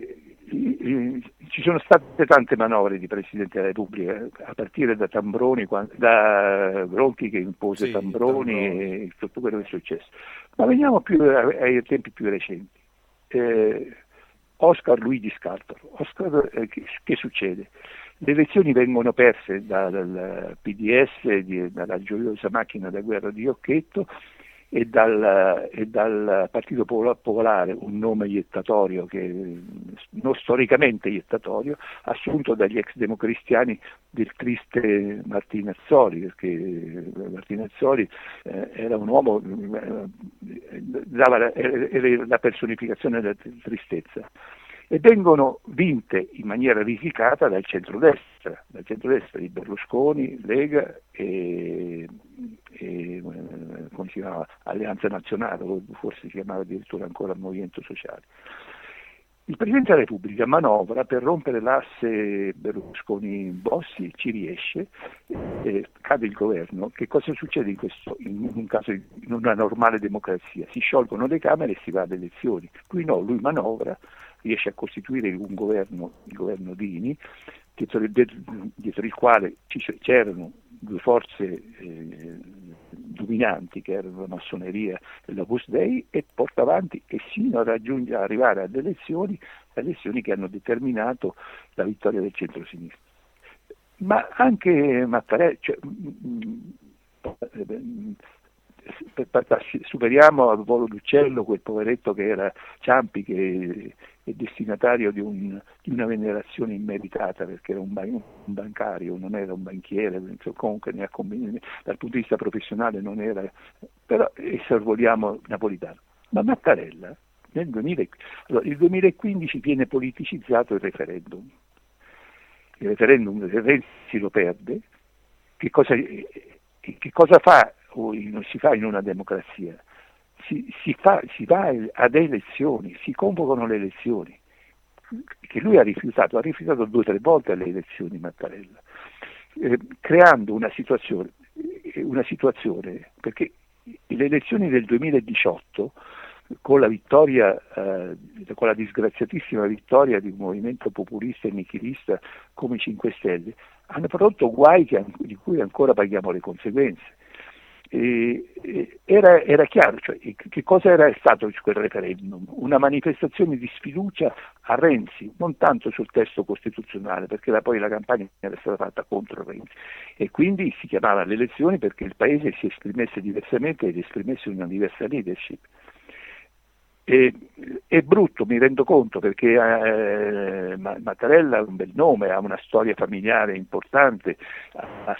ci sono state tante manovre di Presidente della Repubblica, a partire da Tambroni, da Ronchi che impose sì, Tambroni, Tambroni e tutto quello che è successo. Ma veniamo più ai tempi più recenti. Eh, Oscar Luigi Scalfaro. Oscar, eh, che, che succede? Le elezioni vengono perse da, dal P D S, di, dalla gioiosa macchina da guerra di Occhetto, e dal, e dal Partito Popolare, un nome iettatorio, che non storicamente iettatorio, assunto dagli ex democristiani del triste Martinazzoli, perché Martinazzoli eh, era un uomo, eh, dava, era la personificazione della tristezza. E vengono vinte in maniera risicata dal centrodestra, dal centrodestra di Berlusconi, Lega e, e come si chiamava, Alleanza Nazionale, forse si chiamava addirittura ancora Movimento Sociale. Il Presidente della Repubblica manovra per rompere l'asse Berlusconi-Bossi, ci riesce, eh, cade il governo. Che cosa succede in, questo, in un caso in una normale democrazia? Si sciolgono le Camere e si va ad elezioni. Qui no, lui manovra, riesce a costituire un governo, il governo Dini, dietro, dietro il quale c'erano due forze eh, dominanti, che erano la massoneria e l'Opus Dei, e porta avanti e sino a raggiungere, a arrivare ad elezioni, elezioni che hanno determinato la vittoria del centro-sinistra. Ma anche Mattarella, cioè, superiamo al volo d'uccello quel poveretto che era Ciampi, che è destinatario di, un, di una venerazione immeritata, perché era un, ban- un bancario, non era un banchiere, comunque ne ha combinato, dal punto di vista professionale non era, però e sorvoliamo Napolitano. Ma Mattarella nel duemila, allora, il duemilaquindici viene politicizzato il referendum. Il referendum Renzi lo perde. Che cosa, che cosa fa? Non si fa in una democrazia, si, si, fa, si va ad elezioni, si convocano le elezioni, che lui ha rifiutato, ha rifiutato due o tre volte le elezioni Mattarella, eh, creando una situazione, una situazione, perché le elezioni del duemiladiciotto, con la vittoria, eh, con la disgraziatissima vittoria di un movimento populista e nichilista come i cinque Stelle, hanno prodotto guai che, di cui ancora paghiamo le conseguenze. eh, eh, era, era chiaro, cioè, che cosa era stato quel referendum? Una manifestazione di sfiducia a Renzi, non tanto sul testo costituzionale, perché la, poi la campagna era stata fatta contro Renzi, e quindi si chiamava le elezioni perché il paese si esprimesse diversamente ed esprimesse una diversa leadership. E, è brutto, mi rendo conto, perché eh, Mattarella ha un bel nome, ha una storia familiare importante, ha, ha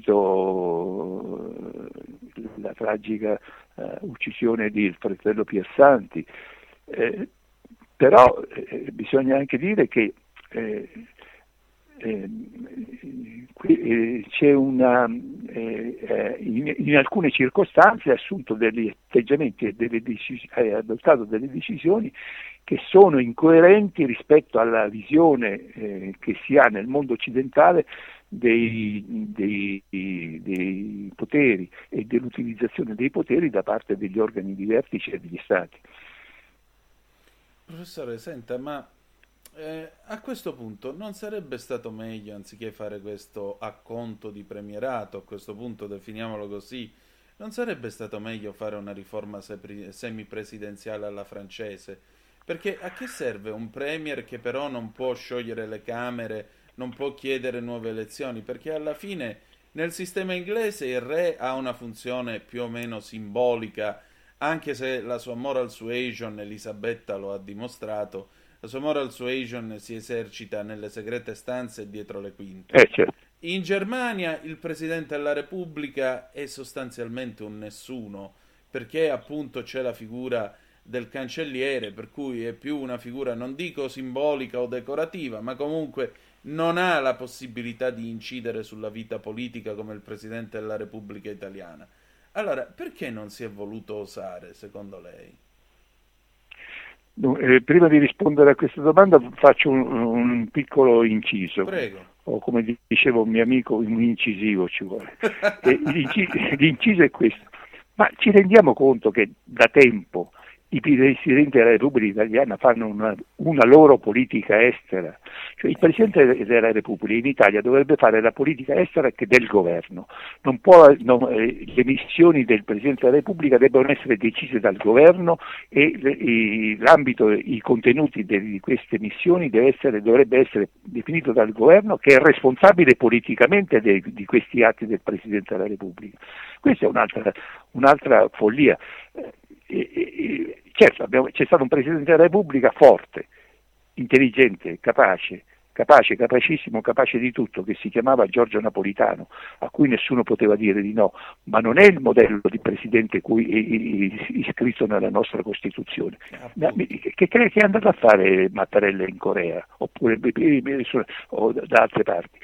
subito la tragica eh, uccisione di il fratello Piersanti, eh, però eh, bisogna anche dire che eh, eh, qui, eh, c'è una eh, in, in alcune circostanze ha assunto degli atteggiamenti e delle decisi- ha adottato delle decisioni che sono incoerenti rispetto alla visione eh, che si ha nel mondo occidentale dei, dei, dei poteri e dell'utilizzazione dei poteri da parte degli organi di vertice e degli stati. Professore, senta, ma Eh, a questo punto non sarebbe stato meglio, anziché fare questo acconto di premierato, a questo punto definiamolo così, non sarebbe stato meglio fare una riforma sepri- semipresidenziale alla francese? Perché a che serve un premier che però non può sciogliere le Camere, non può chiedere nuove elezioni? Perché alla fine nel sistema inglese il re ha una funzione più o meno simbolica, anche se la sua moral suasion, Elisabetta lo ha dimostrato. La sua moral suasion si esercita nelle segrete stanze e dietro le quinte. Eh, certo. In Germania il Presidente della Repubblica è sostanzialmente un nessuno, perché appunto c'è la figura del cancelliere, per cui è più una figura, non dico simbolica o decorativa, ma comunque non ha la possibilità di incidere sulla vita politica come il Presidente della Repubblica italiana. Allora, perché non si è voluto osare, secondo lei? No, eh, prima di rispondere a questa domanda faccio un, un piccolo inciso. Prego. O come diceva un mio amico, un incisivo ci vuole. E l'inciso, l'inciso è questo. Ma ci rendiamo conto che da tempo i presidenti della Repubblica Italiana fanno una, una loro politica estera? Cioè il Presidente della Repubblica in Italia dovrebbe fare la politica estera che del governo. Non può, non, eh, le missioni del Presidente della Repubblica debbono essere decise dal governo e le, i, l'ambito, i contenuti de, di queste missioni deve essere, dovrebbe essere definito dal governo, che è responsabile politicamente de, di questi atti del Presidente della Repubblica. Questa è un'altra, un'altra follia. E, e, certo, abbiamo, c'è stato un Presidente della Repubblica forte, intelligente, capace, capace, capacissimo, capace di tutto, che si chiamava Giorgio Napolitano, a cui nessuno poteva dire di no, ma non è il modello di Presidente cui è iscritto nella nostra Costituzione. Che crede che è andato a fare Mattarella in Corea, oppure o da altre parti?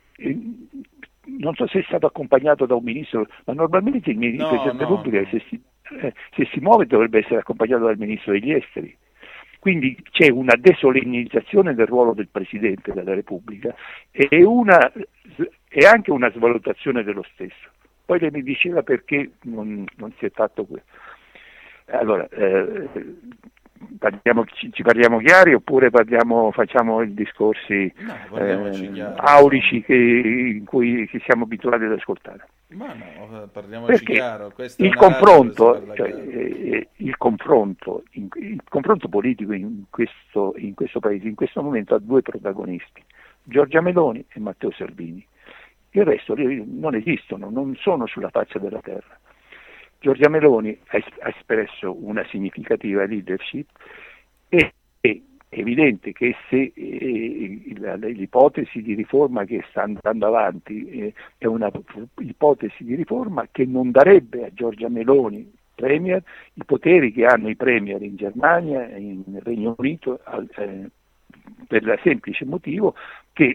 Non so se è stato accompagnato da un ministro, ma normalmente il ministro no, della no, Repubblica no. Se, si, eh, se si muove dovrebbe essere accompagnato dal ministro degli esteri. Quindi c'è una desolennizzazione del ruolo del Presidente della Repubblica e, una, e anche una svalutazione dello stesso. Poi lei mi diceva perché non, non si è fatto questo. Allora, eh, parliamo, ci, ci parliamo chiari oppure parliamo, facciamo i discorsi no, eh, aulici che, in cui che siamo abituati ad ascoltare? Ma no, parliamoci Perché chiaro. Questa è il una radio confronto, dove si cioè, parla chiaro. eh, il confronto, in, il confronto politico in questo, in questo paese, in questo momento ha due protagonisti, Giorgia Meloni e Matteo Salvini. Il resto non esistono, non sono sulla faccia della terra. Giorgia Meloni ha, es- ha espresso una significativa leadership e è evidente che se eh, la, l'ipotesi di riforma che sta andando avanti eh, è una ipotesi di riforma che non darebbe a Giorgia Meloni, premier, i poteri che hanno i premier in Germania e in Regno Unito, eh, per il semplice motivo che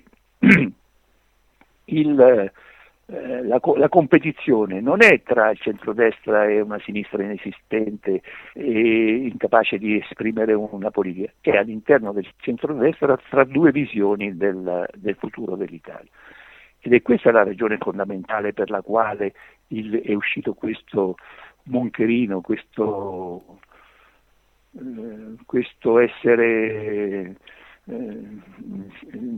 il Eh, la, la competizione non è tra il centrodestra e una sinistra inesistente e incapace di esprimere una politica, è all'interno del centrodestra tra due visioni del, del futuro dell'Italia. Ed è questa la ragione fondamentale per la quale il, è uscito questo moncherino, questo, eh, questo essere eh,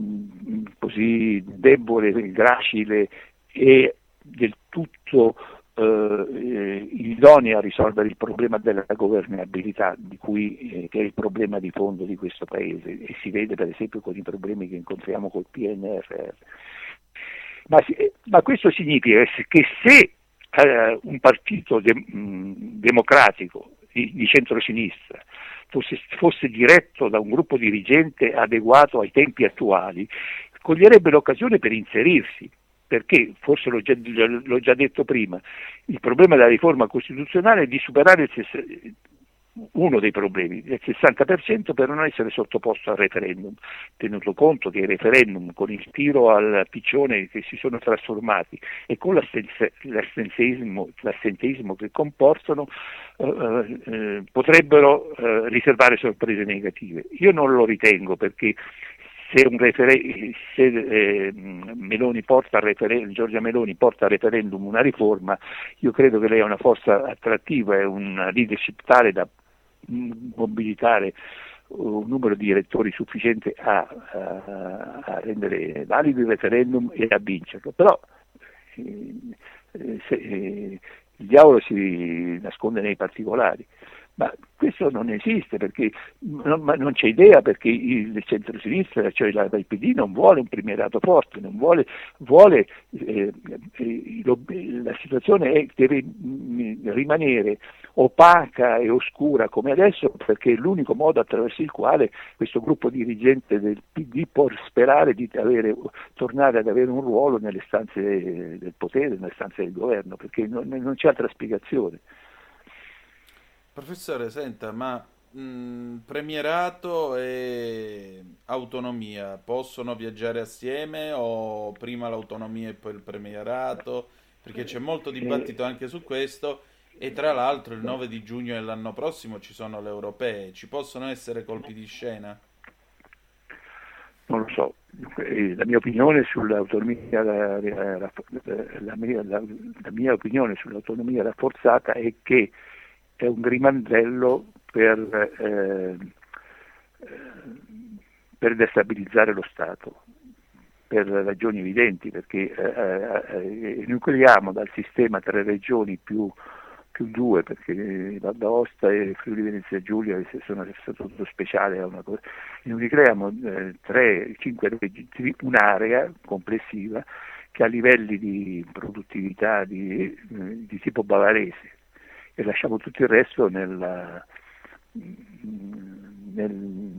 così debole, gracile e del tutto eh, idonei a risolvere il problema della governabilità, di cui, eh, che è il problema di fondo di questo Paese, e si vede per esempio con i problemi che incontriamo col P N R R. Ma, ma questo significa che se eh, un partito de- mh, democratico di, di centrosinistra fosse, fosse diretto da un gruppo dirigente adeguato ai tempi attuali, coglierebbe l'occasione per inserirsi, perché, forse l'ho già, l'ho già detto prima, il problema della riforma costituzionale è di superare il ses- uno dei problemi, il sessanta per cento per non essere sottoposto al referendum, tenuto conto che i referendum con il tiro al piccione che si sono trasformati e con l'assenze- l'assenteismo, l'assenteismo che comportano eh, eh, potrebbero eh, riservare sorprese negative. Io non lo ritengo, perché se, un referen- se eh, Meloni porta al referendum, Giorgia Meloni porta al referendum una riforma, io credo che lei è una forza attrattiva, è una leadership tale da mobilitare un numero di elettori sufficiente a, a, a rendere valido il referendum e a vincerlo. Però eh, se, eh, il diavolo si nasconde nei particolari. Ma questo non esiste, perché non, ma non c'è idea, perché il centro-sinistra, cioè la, il P D, non vuole un premierato forte, non vuole, vuole eh, eh, lo, la situazione è, deve mh, rimanere opaca e oscura come adesso, perché è l'unico modo attraverso il quale questo gruppo dirigente del P D può sperare di avere, tornare ad avere un ruolo nelle stanze del potere, nelle stanze del governo, perché non, non c'è altra spiegazione. Professore, senta, ma mh, premierato e autonomia possono viaggiare assieme, o prima l'autonomia e poi il premierato? Perché c'è molto dibattito anche su questo, e tra l'altro il nove di giugno dell'anno prossimo ci sono le europee. Ci possono essere colpi di scena? Non lo so, la mia opinione sull'autonomia, la, la, la, mia, la, la mia opinione sull'autonomia rafforzata è che è un grimandello per, eh, per destabilizzare lo Stato, per ragioni evidenti, perché eh, enucleiamo dal sistema tre regioni più, più due, perché Val d'Aosta e Friuli Venezia Giulia sono a statuto speciale, è una cosa, enucleiamo eh, tre, cinque regioni, un'area complessiva che ha livelli di produttività di, di tipo bavarese, e lasciamo tutto il resto nel, nel,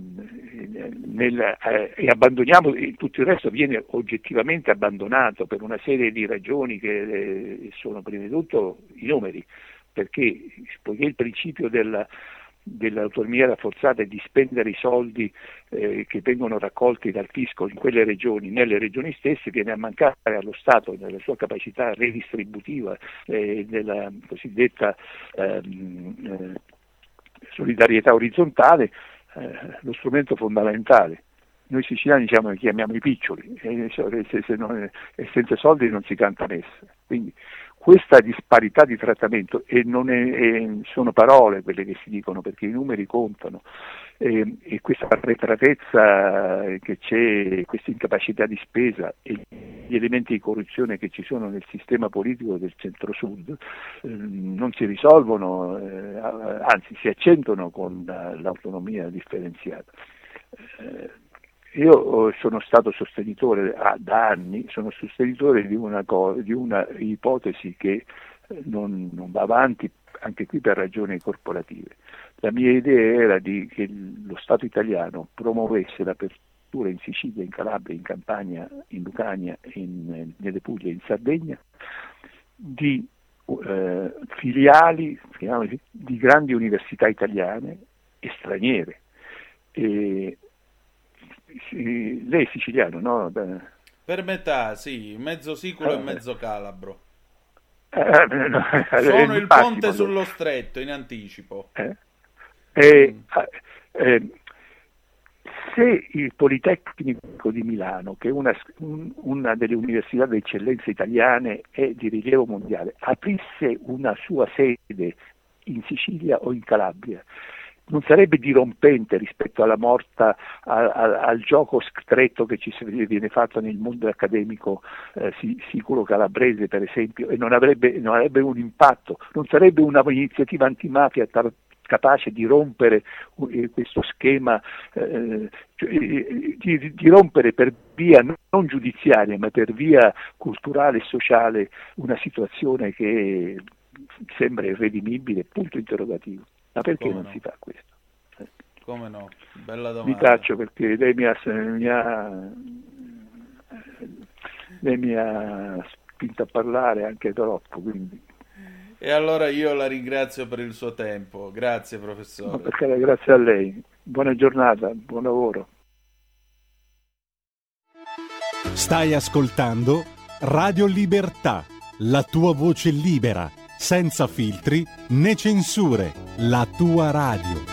nel eh, e abbandoniamo, e tutto il resto viene oggettivamente abbandonato per una serie di ragioni che eh, sono prima di tutto i numeri, perché poiché il principio della dell'autonomia rafforzata è di spendere i soldi eh, che vengono raccolti dal fisco in quelle regioni, nelle regioni stesse, viene a mancare allo Stato nella sua capacità redistributiva eh, della cosiddetta ehm, eh, solidarietà orizzontale, eh, lo strumento fondamentale. Noi siciliani diciamo, chiamiamo i piccioli, e se, se non, e senza soldi non si canta messa. Quindi questa disparità di trattamento, e non è, e sono parole quelle che si dicono, perché i numeri contano, e, e questa arretratezza che c'è, questa incapacità di spesa e gli elementi di corruzione che ci sono nel sistema politico del centro-sud eh, non si risolvono, eh, anzi si accentuano con l'autonomia differenziata. Eh, Io sono stato sostenitore ah, da anni, sono sostenitore di una, co- di una ipotesi che non, non va avanti anche qui per ragioni corporative. La mia idea era di, che lo Stato italiano promuovesse l'apertura in Sicilia, in Calabria, in Campania, in Lucania, in, nelle Puglie, in Sardegna, di eh, filiali di grandi università italiane e straniere. E, Sì, lei è siciliano, no? Beh. Per metà, sì, mezzo siculo eh. e mezzo calabro. Eh, no, Sono il massimo, ponte sullo stretto, in anticipo. Eh? Eh, mm. eh, se il Politecnico di Milano, che è una, un, una delle università d'eccellenza italiane e di rilievo mondiale, aprisse una sua sede in Sicilia o in Calabria, non sarebbe dirompente rispetto alla morta, a, a, al gioco stretto che ci viene fatto nel mondo accademico eh, siculo calabrese per esempio, e non avrebbe, non avrebbe un impatto, non sarebbe una iniziativa antimafia tar- capace di rompere eh, questo schema, eh, di, di rompere per via non giudiziaria ma per via culturale e sociale una situazione che sembra irredimibile, punto interrogativo. Ma perché Come non no? si fa questo? Come no? Bella domanda. Mi taccio perché lei mi ha, mi ha, lei mi ha spinto a parlare anche troppo, quindi. E allora io la ringrazio per il suo tempo. Grazie, professore. No, perché, grazie a lei. Buona giornata, buon lavoro. Stai ascoltando Radio Libertà, la tua voce libera, senza filtri né censure, la tua radio.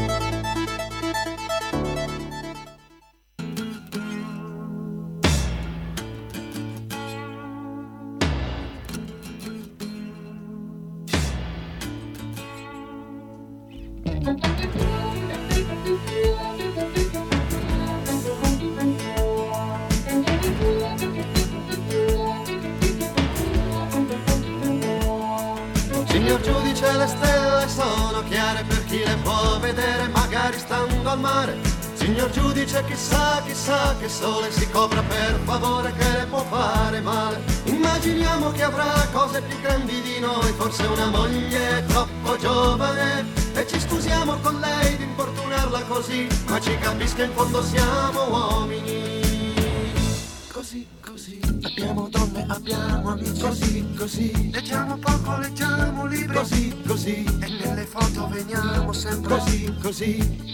Signor giudice, le stelle sono chiare per chi le può vedere, magari stando al mare. Signor giudice, chissà, chissà che sole si copra, per favore, che le può fare male. Immaginiamo che avrà cose più grandi di noi, forse una moglie troppo giovane, e ci scusiamo con lei di importunarla così, ma ci capisca, in fondo siamo uomini. Così, così, abbiamo donne, abbiamo amici, così, così, leggiamo poco, leggiamo libri, così, così, e nelle foto veniamo sempre così, così.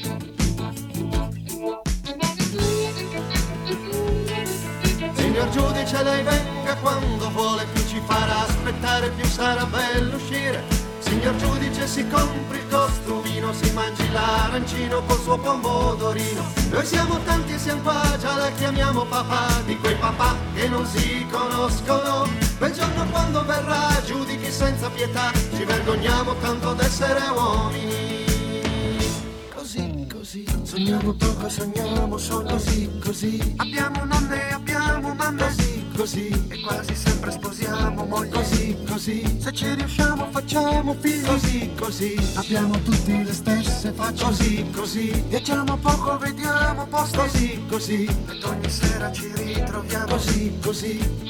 Signor giudice, lei venga quando vuole, più ci farà aspettare, più sarà bello uscire. Signor giudice, si compri il costumino, si mangi l'arancino col suo pomodorino. Noi siamo tanti e siamo qua, già la chiamiamo papà, di quei papà che non si conoscono. Quel giorno quando verrà, giudichi senza pietà, ci vergogniamo tanto d'essere uomini. Così, così, sogniamo poco, sogniamo solo così, così. Abbiamo nonne, abbiamo mamme, così, così, e quasi sempre sposiamo moglie, così, così. Se ci riusciamo facciamo figli, così, così. Abbiamo tutti le stesse facce, così, così. Viaggiamo poco, vediamo posto, così, così. Ed ogni sera ci ritroviamo, così, così.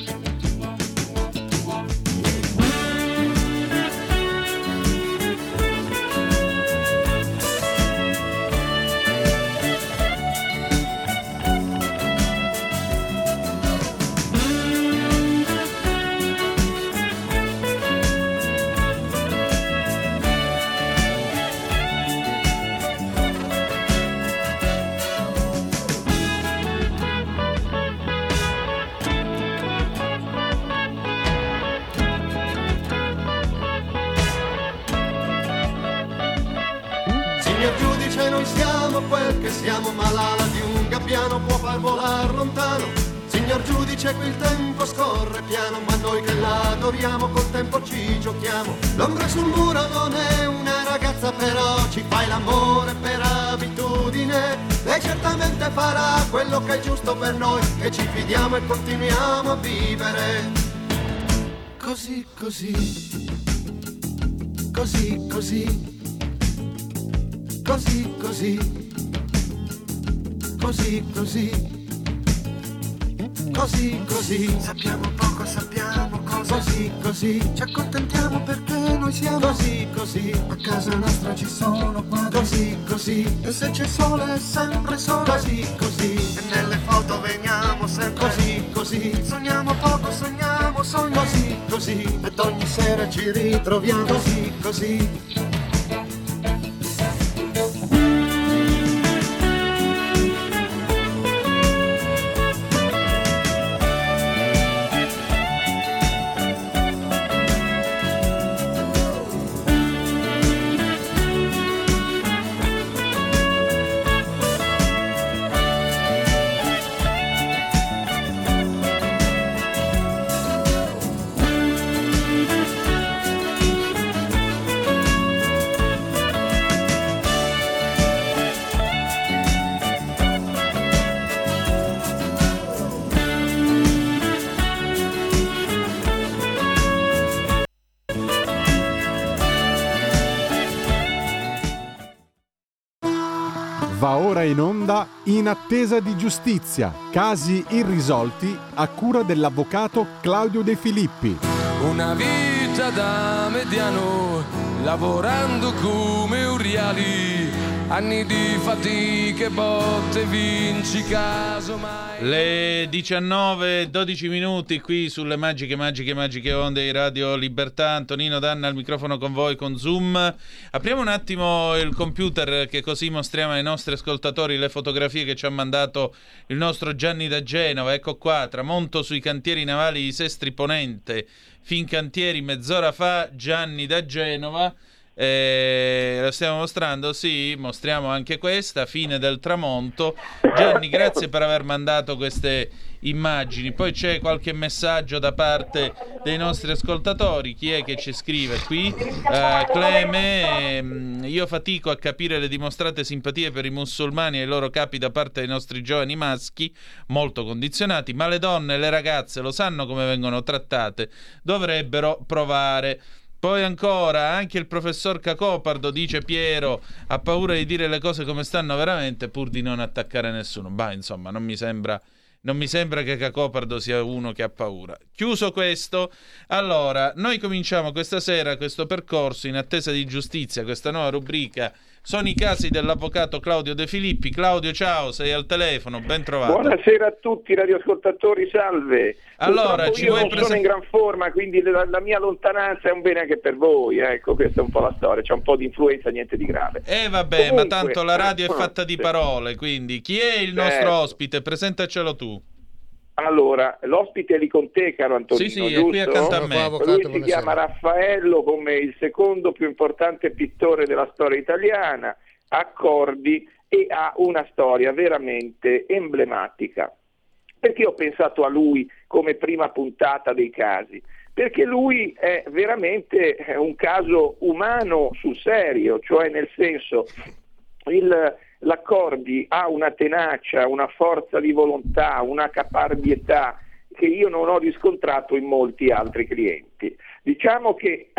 Noi siamo quel che siamo, ma l'ala di un gabbiano può far volar lontano. Signor giudice, qui il tempo scorre piano, ma noi che l'adoriamo col tempo ci giochiamo. L'ombra sul muro non è una ragazza, però ci fai l'amore per abitudine. Lei certamente farà quello che è giusto per noi, e ci fidiamo e continuiamo a vivere. Così, così, così, così. Così, così, così, così, così, così, sappiamo poco, sappiamo cosa, così, così, ci accontentiamo perché noi siamo così, così, a casa nostra ci sono quadri, così, così, e se c'è sole è sempre sole, così, così, e nelle foto veniamo sempre così, così, sogniamo poco, sogniamo, sogno, così, così, ed ogni sera ci ritroviamo così, così. Va ora in onda In attesa di giustizia, casi irrisolti a cura dell'avvocato Claudio De Filippi. Una vita da mediano, lavorando come uriali, anni di fatiche, botte, vinci caso mai. Le diciannove e dodici minuti qui sulle magiche, magiche, magiche onde di Radio Libertà. Antonino Danna al microfono con voi con Zoom. Apriamo un attimo il computer, che così mostriamo ai nostri ascoltatori le fotografie che ci ha mandato il nostro Gianni da Genova. Ecco qua, tramonto sui cantieri navali di Sestri Ponente. Fincantieri mezz'ora fa, Gianni da Genova. Eh, lo stiamo mostrando, sì, mostriamo anche questa, fine del tramonto. Gianni, grazie per aver mandato queste immagini. Poi c'è qualche messaggio da parte dei nostri ascoltatori. Chi è che ci scrive qui? Uh, Cleme, ehm, io fatico a capire le dimostrate simpatie per i musulmani e i loro capi da parte dei nostri giovani maschi, molto condizionati, ma le donne e le ragazze lo sanno come vengono trattate, dovrebbero provare. Poi ancora, anche il professor Cacopardo, dice Piero, ha paura di dire le cose come stanno veramente pur di non attaccare nessuno. Bah, insomma, non mi sembra, non mi sembra che Cacopardo sia uno che ha paura. Chiuso questo, allora, noi cominciamo questa sera questo percorso in attesa di giustizia, questa nuova rubrica. Sono i casi dell'avvocato Claudio De Filippi. Claudio, ciao, sei al telefono, ben trovato. Buonasera a tutti radioascoltatori, salve. Allora, Purtroppo ci io vuoi non presen- sono in gran forma, quindi la, la mia lontananza è un bene anche per voi, ecco, questa è un po' la storia, c'è un po' di influenza, niente di grave. Eh vabbè, Comunque, ma tanto la radio è fatta di parole, quindi chi è il nostro Certo. ospite? Presentacelo tu. Allora, l'ospite è lì con te, caro Antonino, Sì, sì, è giusto? qui accanto a me. Lui si chiama Raffaello, come il secondo più importante pittore della storia italiana, accordi, e ha una storia veramente emblematica. Perché ho pensato a lui come prima puntata dei casi? Perché lui è veramente un caso umano sul serio, cioè nel senso il, l'Accordi ha una tenacia, una forza di volontà, una caparbietà che io non ho riscontrato in molti altri clienti. Diciamo che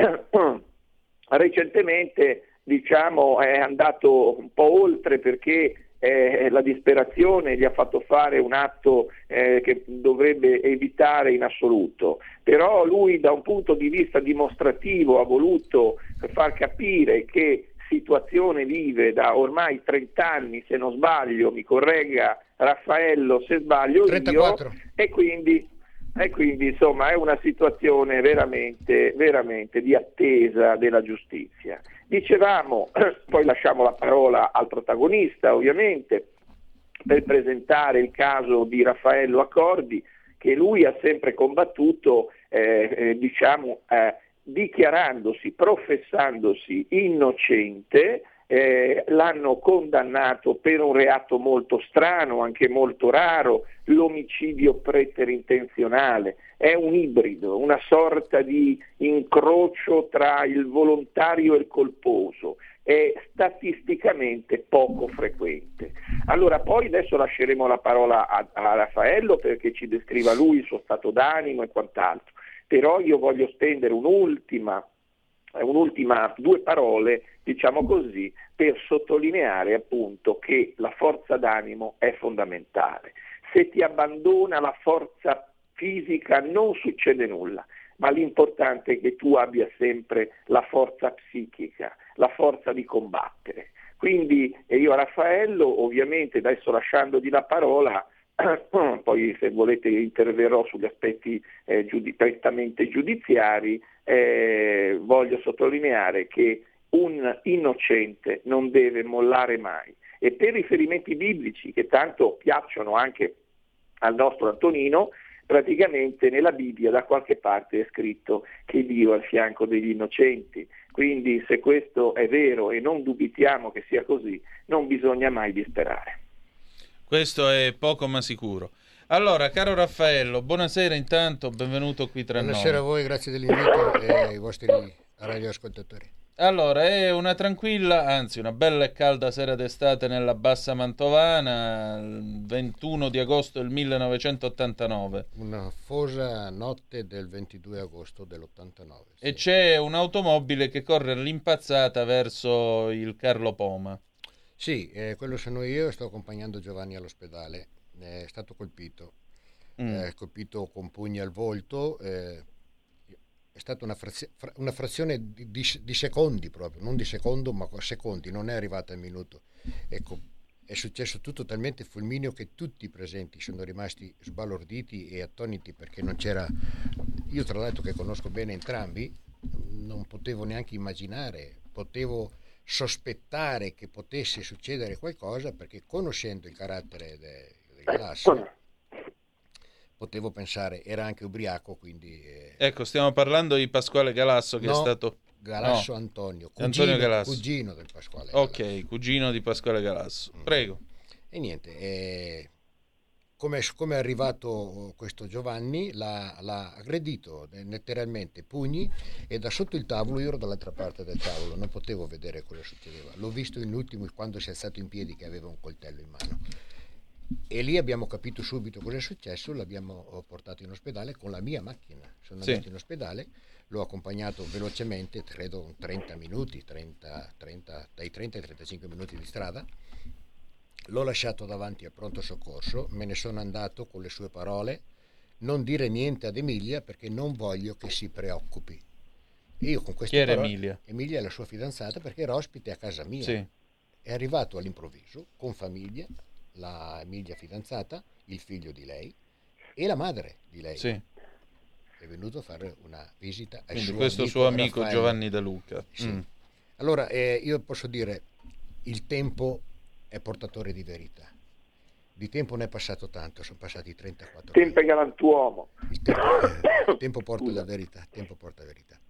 recentemente diciamo, è andato un po' oltre, perché eh, la disperazione gli ha fatto fare un atto eh, che dovrebbe evitare in assoluto, però lui da un punto di vista dimostrativo ha voluto far capire che situazione vive da ormai trenta anni, se non sbaglio, mi corregga Raffaello se sbaglio trentaquattro. io, e quindi E quindi insomma è una situazione veramente, veramente di attesa della giustizia. Dicevamo, poi lasciamo la parola al protagonista ovviamente, per presentare il caso di Raffaello Accordi, che lui ha sempre combattuto, eh, eh, diciamo, eh, dichiarandosi, professandosi innocente. Eh, l'hanno condannato per un reato molto strano, anche molto raro, l'omicidio preterintenzionale. È un ibrido, una sorta di incrocio tra il volontario e il colposo, è statisticamente poco frequente. Allora poi adesso lasceremo la parola a, a Raffaello perché ci descriva lui il suo stato d'animo e quant'altro, però io voglio spendere un'ultima un'ultima due parole, diciamo così, per sottolineare appunto che la forza d'animo è fondamentale. Se ti abbandona la forza fisica non succede nulla, ma l'importante è che tu abbia sempre la forza psichica, la forza di combattere. Quindi io a Raffaello, ovviamente adesso lasciandogli la parola, poi se volete interverrò sugli aspetti eh, giudi- prettamente giudiziari, eh, voglio sottolineare che un innocente non deve mollare mai, e per riferimenti biblici che tanto piacciono anche al nostro Antonino, praticamente nella Bibbia da qualche parte è scritto che Dio è al fianco degli innocenti, quindi se questo è vero e non dubitiamo che sia così, non bisogna mai disperare. Questo è poco ma sicuro. Allora, caro Raffaello, buonasera intanto, benvenuto qui tra buonasera noi. Buonasera a voi, grazie dell'invito e ai vostri radioascoltatori. Allora, è una tranquilla, anzi una bella e calda sera d'estate nella Bassa Mantovana, il ventuno di agosto del millenovecentottantanove. Una fosa notte del ventidue agosto dell'ottantanove. Sì. E c'è un'automobile che corre all'impazzata verso il Carlo Poma. Sì, eh, quello sono io, sto accompagnando Giovanni all'ospedale, è stato colpito, Mm. eh, colpito con pugni al volto, eh, è stata una, frazio- fra- una frazione di, di- di secondi proprio, non di secondo ma secondi, non è arrivata al minuto. Ecco, è successo tutto talmente fulmineo che tutti i presenti sono rimasti sbalorditi e attoniti perché non c'era... Io tra l'altro che conosco bene entrambi, non potevo neanche immaginare, potevo sospettare che potesse succedere qualcosa perché conoscendo il carattere de- del Galasso potevo pensare, era anche ubriaco, quindi... eh, Ecco, stiamo parlando di Pasquale Galasso che no, è stato... Galasso no. Antonio, Antonio cugino, Galasso. cugino del Pasquale Ok, Galasso. cugino di Pasquale Galasso. Prego. E niente, eh, come come è arrivato questo Giovanni, l'ha, l'ha aggredito eh, letteralmente, pugni, e da sotto il tavolo, io ero dall'altra parte del tavolo, non potevo vedere cosa succedeva. L'ho visto in ultimo quando si è alzato in piedi che aveva un coltello in mano. E lì abbiamo capito subito cosa è successo, l'abbiamo portato in ospedale con la mia macchina. Sono Sì. andato in ospedale, l'ho accompagnato velocemente, credo trenta minuti, trenta, trenta, dai trenta ai trentacinque minuti di strada. L'ho lasciato davanti al pronto soccorso, me ne sono andato con le sue parole, non dire niente ad Emilia perché non voglio che si preoccupi. E io con queste Chi era parole, Emilia? Emilia è la sua fidanzata perché era ospite a casa mia. Sì. È arrivato all'improvviso con famiglia, la Emilia fidanzata, il figlio di lei e la madre di lei. Sì. È venuto a fare una visita al Quindi suo questo amico suo amico Raffaello. Giovanni De Luca. Sì. Mm. Allora, eh, io posso dire, il tempo è portatore di verità. Di tempo ne è passato tanto, sono passati trentaquattro anni. Sempre galantuomo. Il tempo, eh, il tempo porta Scusa. la verità, il tempo porta la verità.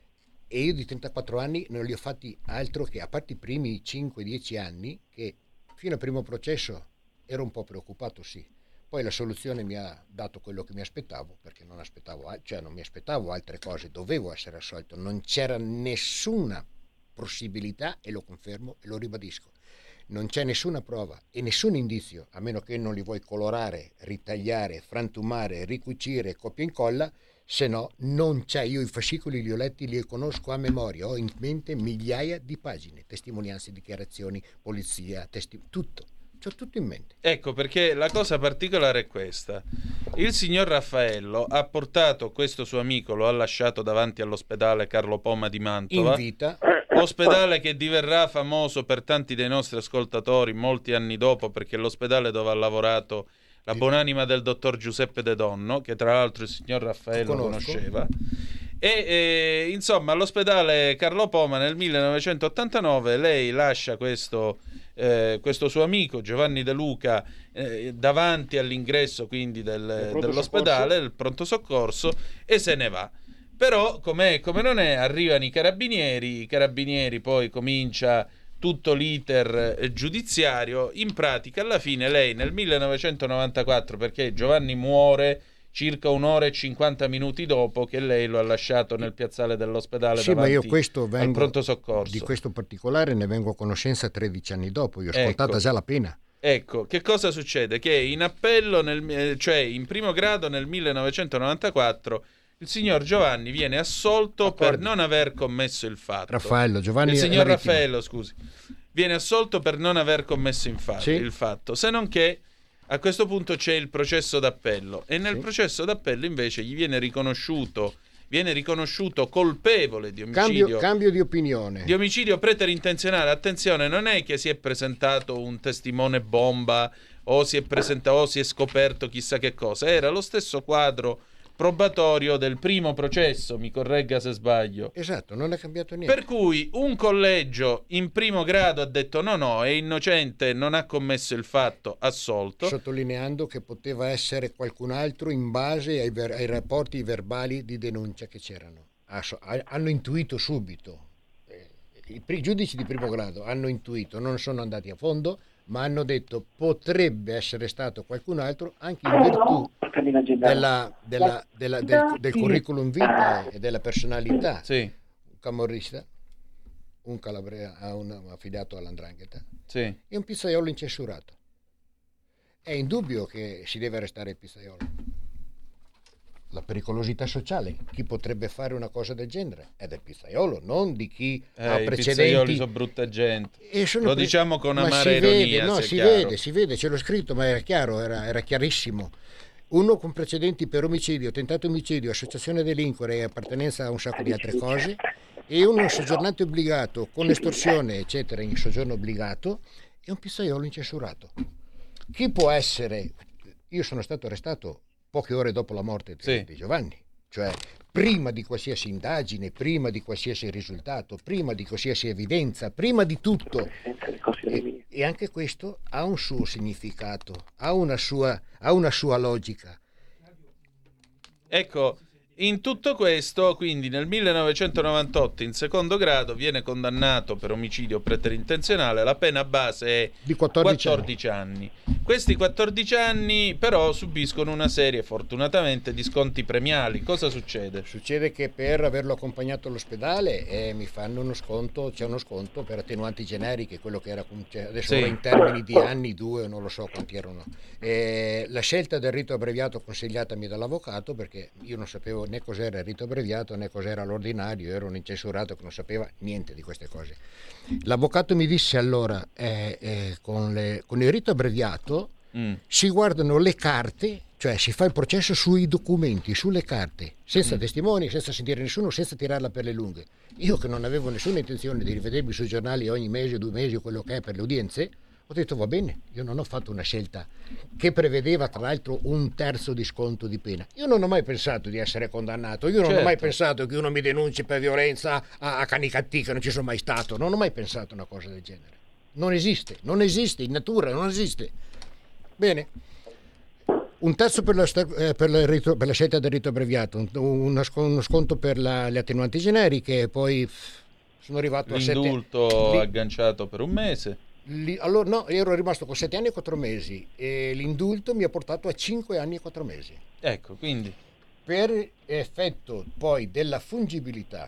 E io di trentaquattro anni non li ho fatti altro che, a parte i primi cinque dieci anni, che fino al primo processo ero un po' preoccupato, sì. Poi la soluzione mi ha dato quello che mi aspettavo, perché non aspettavo, al- cioè non mi aspettavo altre cose, dovevo essere assolto, non c'era nessuna possibilità, e lo confermo e lo ribadisco. Non c'è nessuna prova e nessun indizio, a meno che non li vuoi colorare, ritagliare, frantumare, ricucire, copia e incolla, se no non c'è. Io i fascicoli li ho letti, li conosco a memoria, ho in mente migliaia di pagine, testimonianze, dichiarazioni, polizia, testi- tutto, c'ho tutto in mente. Ecco, perché la cosa particolare è questa. Il signor Raffaello ha portato questo suo amico, lo ha lasciato davanti all'ospedale Carlo Poma di Mantova. In vita. Ospedale che diverrà famoso per tanti dei nostri ascoltatori molti anni dopo, perché è l'ospedale dove ha lavorato la buonanima del dottor Giuseppe De Donno, che tra l'altro il signor Raffaello Conosco. conosceva. E eh, insomma, all'ospedale Carlo Poma nel millenovecentottantanove lei lascia questo, eh, questo suo amico Giovanni De Luca eh, davanti all'ingresso quindi del- pronto dell'ospedale, soccorso. del pronto soccorso, e se ne va. Però, com'è, come non è, arrivano i carabinieri, i carabinieri poi comincia tutto l'iter eh, giudiziario. In pratica, alla fine, lei nel millenovecentonovantaquattro, perché Giovanni muore circa un'ora e cinquanta minuti dopo che lei lo ha lasciato nel piazzale dell'ospedale Sì, ma davanti io questo al vengo, pronto soccorso. di questo particolare ne vengo a conoscenza tredici anni dopo, io ho scontata Ecco. già la pena. Ecco, che cosa succede? Che in appello, nel, eh, cioè in primo grado nel millenovecentonovantaquattro, il signor Giovanni viene assolto per D'accordo. non aver commesso il fatto. Raffaello, Giovanni Il è la signor vittima. Raffaello, scusi, viene assolto per non aver commesso in fa- Sì. il fatto, se non che a questo punto c'è il processo d'appello e nel Sì. processo d'appello invece gli viene riconosciuto viene riconosciuto colpevole di omicidio Cambio, cambio di opinione. di omicidio preterintenzionale. Attenzione, non è che si è presentato un testimone bomba o si è presentato o si è scoperto chissà che cosa, era lo stesso quadro probatorio del primo processo, mi corregga se sbaglio. Esatto, non è cambiato niente. Per cui un collegio in primo grado ha detto no no, è innocente, non ha commesso il fatto, assolto. Sottolineando che poteva essere qualcun altro in base ai, ver- ai rapporti verbali di denuncia che c'erano. Ah, so- ha- hanno intuito subito, eh, i pri- giudici di primo grado hanno intuito, non sono andati a fondo, ma hanno detto potrebbe essere stato qualcun altro anche in virtù della, della, della, del, del curriculum vitae e della personalità. Sì, Un camorrista, un calabrea, un affiliato all'andrangheta sì. e un pizzaiolo incensurato. È indubbio che si deve arrestare il pizzaiolo. la pericolosità sociale. Chi potrebbe fare una cosa del genere? È del pizzaiolo, non di chi eh, ha i precedenti. I pizzaioli sono brutta gente. E sono Lo pre- diciamo con ma amara si ironia. Vede, no, sia si chiaro. vede, si vede, ce l'ho scritto, ma era chiaro, era, era chiarissimo. Uno con precedenti per omicidio, tentato omicidio, associazione a delinquere e appartenenza a un sacco di altre cose, e uno soggiornante obbligato con estorsione, eccetera, in soggiorno obbligato, e un pizzaiolo incensurato. Chi può essere? Io sono stato arrestato poche ore dopo la morte di, sì. di Giovanni, cioè prima di qualsiasi indagine, prima di qualsiasi risultato, prima di qualsiasi evidenza, prima di tutto. E, e anche questo ha un suo significato, ha una sua, ha una sua logica. Ecco, in tutto questo, quindi nel millenovecentonovantotto in secondo grado viene condannato per omicidio preterintenzionale, la pena base è di quattordici, quattordici anni. Questi quattordici anni però subiscono una serie, fortunatamente, di sconti premiali. Cosa succede? Succede che per averlo accompagnato all'ospedale eh, mi fanno uno sconto, c'è uno sconto per attenuanti generiche, quello che era, cioè, adesso sì. in termini di anni, due, non lo so quanti erano. Eh, la scelta del rito abbreviato consigliatami dall'avvocato, perché io non sapevo né cos'era il rito abbreviato né cos'era l'ordinario, ero un incensurato che non sapeva niente di queste cose. L'avvocato mi disse allora eh, eh, con, le, con il rito abbreviato mm. si guardano le carte, cioè si fa il processo sui documenti, sulle carte, senza mm. testimoni, senza sentire nessuno, senza tirarla per le lunghe. Io che non avevo nessuna intenzione di rivedermi sui giornali ogni mese, due mesi o quello che è per le udienze, ho detto va bene, io non ho fatto una scelta che prevedeva tra l'altro un terzo di sconto di pena. Io non ho mai pensato di essere condannato, io non certo. ho mai pensato che uno mi denunci per violenza a, a Canicattì, che non ci sono mai stato, non ho mai pensato una cosa del genere. Non esiste, non esiste, in natura non esiste. Bene, un terzo per la, per la, rito, per la scelta del rito abbreviato, uno sconto per la, le attenuanti generiche, poi sono arrivato l'indulto a sette... agganciato per un mese. Allora no, ero rimasto con sette anni e quattro mesi e l'indulto mi ha portato a cinque anni e quattro mesi. Ecco, quindi per effetto poi della fungibilità,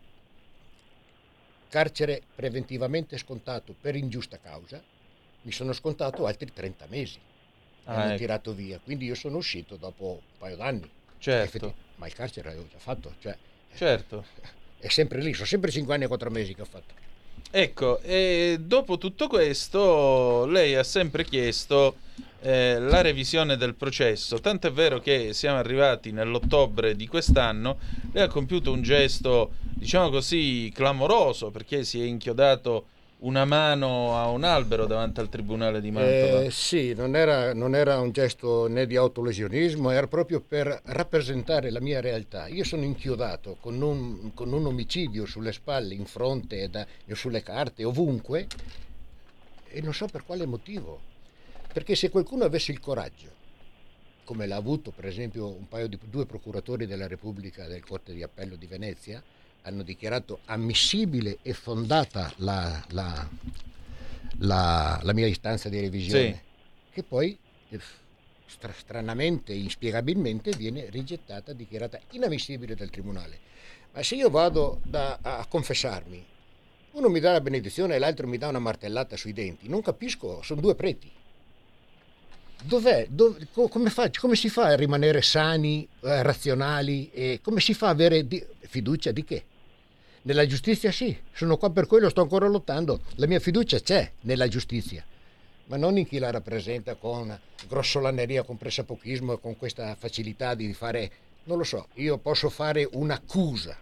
carcere preventivamente scontato per ingiusta causa, mi sono scontato altri trenta mesi. Mi ah, hanno ecco. tirato via, quindi io sono uscito dopo un paio d'anni. Certo. Ma il carcere l'avevo già fatto, cioè certo. È sempre lì, sono sempre cinque anni e quattro mesi che ho fatto. Ecco, e dopo tutto questo lei ha sempre chiesto eh, la revisione del processo, tant'è vero che siamo arrivati nell'ottobre di quest'anno, lei ha compiuto un gesto, diciamo così, clamoroso, perché si è inchiodato una mano a un albero davanti al tribunale di Mantova. Eh, sì, non era, non era un gesto né di autolesionismo, era proprio per rappresentare la mia realtà. Io sono inchiodato con un, con un omicidio sulle spalle, in fronte, da, sulle carte, ovunque, e non so per quale motivo. Perché se qualcuno avesse il coraggio, come l'ha avuto per esempio un paio di due procuratori della Repubblica del Corte di Appello di Venezia, hanno dichiarato ammissibile e fondata la, la, la, la mia istanza di revisione, sì. Che poi stra- stranamente, inspiegabilmente viene rigettata, dichiarata inammissibile dal tribunale. Ma se io vado da, a, a confessarmi, uno mi dà la benedizione e l'altro mi dà una martellata sui denti, non capisco, sono due preti. Dov'è? Dove, come, fa, come si fa a rimanere sani, eh, razionali, e come si fa a avere di, fiducia di che? Nella giustizia sì, sono qua per quello, sto ancora lottando, la mia fiducia c'è nella giustizia, ma non in chi la rappresenta con grossolaneria, con pressapochismo e con questa facilità di fare, non lo so, io posso fare un'accusa.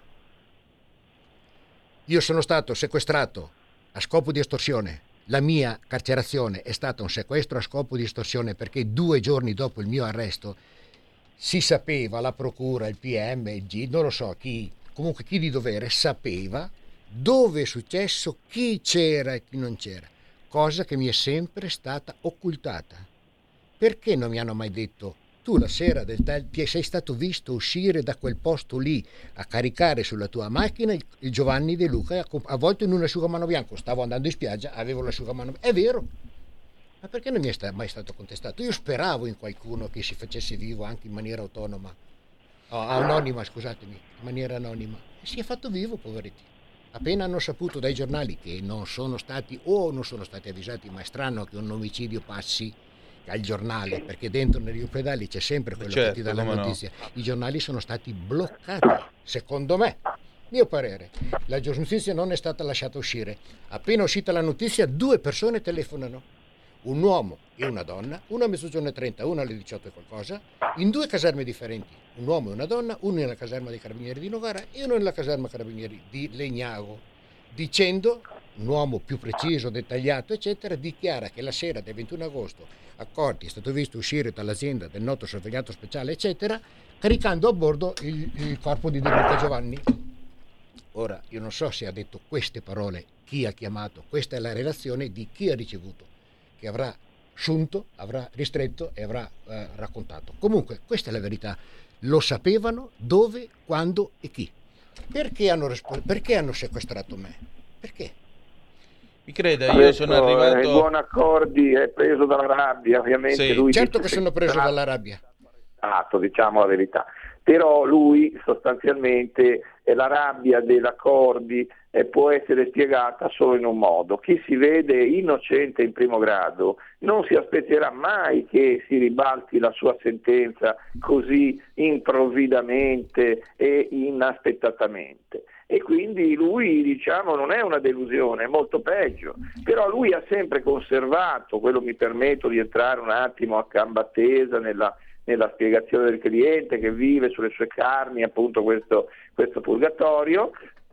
Io sono stato sequestrato a scopo di estorsione. La mia carcerazione è stata un sequestro a scopo di estorsione perché due giorni dopo il mio arresto si sapeva, la procura, il P M, il G, non lo so chi, comunque chi di dovere sapeva dove è successo, chi c'era e chi non c'era, cosa che mi è sempre stata occultata. Perché non mi hanno mai detto tu la sera del tal ti sei stato visto uscire da quel posto lì a caricare sulla tua macchina il, il Giovanni De Luca avvolto in un asciugamano bianco, stavo andando in spiaggia, avevo l'asciugamano bianco, è vero, ma perché non mi è sta, mai stato contestato? Io speravo in qualcuno che si facesse vivo anche in maniera autonoma, oh, anonima scusatemi, in maniera anonima, e si è fatto vivo, poveretti. Appena hanno saputo dai giornali che non sono stati o non sono stati avvisati, ma è strano che un omicidio passi al giornale, perché dentro negli ospedali c'è sempre quello certo, che ti dà la come no. notizia. I giornali sono stati bloccati, secondo me, mio parere. La giustizia non è stata lasciata uscire. Appena uscita la notizia, due persone telefonano, un uomo e una donna, uno a mezzogiorno e trenta, uno alle diciotto e qualcosa, in due caserme differenti, un uomo e una donna, uno nella caserma dei Carabinieri di Novara e uno nella caserma Carabinieri di Legnago, dicendo, un uomo più preciso, dettagliato, eccetera, dichiara che la sera del ventuno agosto Accordi è stato visto uscire dall'azienda del noto sorvegliato speciale, eccetera, caricando a bordo il, il corpo di De Luca Giovanni. Ora, io non so se ha detto queste parole chi ha chiamato, questa è la relazione di chi ha ricevuto, che avrà assunto, avrà ristretto e avrà eh, raccontato. Comunque, questa è la verità. Lo sapevano dove, quando e chi. Perché hanno, rispo- perché hanno sequestrato me? Perché? Mi creda, io sono arrivato... Il buon Accordi è preso dalla rabbia, ovviamente. Sì. Lui Certo dice che sono preso dalla rabbia. Esatto, diciamo la verità. Però lui sostanzialmente eh, la rabbia dell'Accordi eh, può essere spiegata solo in un modo. Chi si vede innocente in primo grado non si aspetterà mai che si ribalti la sua sentenza così improvvidamente e inaspettatamente. E quindi lui, diciamo, non è una delusione, è molto peggio. Però lui ha sempre conservato, quello mi permetto di entrare un attimo a gamba tesa nella nella spiegazione del cliente che vive sulle sue carni appunto questo, questo purgatorio,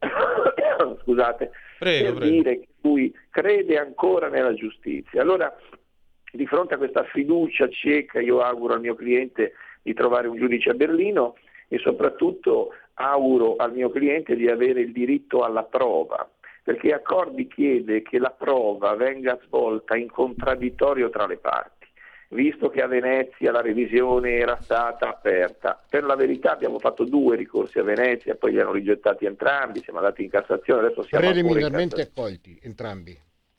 scusate, prego, per prego. dire che lui crede ancora nella giustizia. Allora, di fronte a questa fiducia cieca, io auguro al mio cliente di trovare un giudice a Berlino e soprattutto auguro al mio cliente di avere il diritto alla prova, perché Accordi chiede che la prova venga svolta in contraddittorio tra le parti, visto che a Venezia la revisione era stata aperta. Per la verità abbiamo fatto due ricorsi a Venezia, poi li hanno rigettati entrambi, siamo andati in Cassazione, adesso siamo ancora in Preliminarmente Cassazione. accolti, entrambi.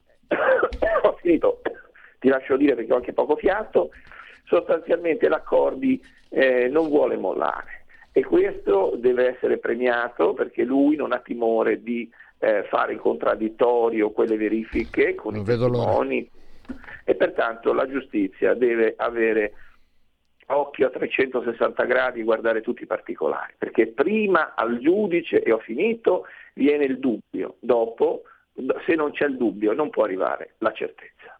Ho finito, ti lascio dire perché ho anche poco fiato. Sostanzialmente l'Accordi eh, non vuole mollare e questo deve essere premiato perché lui non ha timore di eh, fare in contraddittorio quelle verifiche con Non i vedo l'ora. testimoni. E pertanto la giustizia deve avere occhio a trecentosessanta gradi, guardare tutti i particolari, perché prima al giudice, e ho finito, viene il dubbio, dopo, se non c'è il dubbio, non può arrivare la certezza.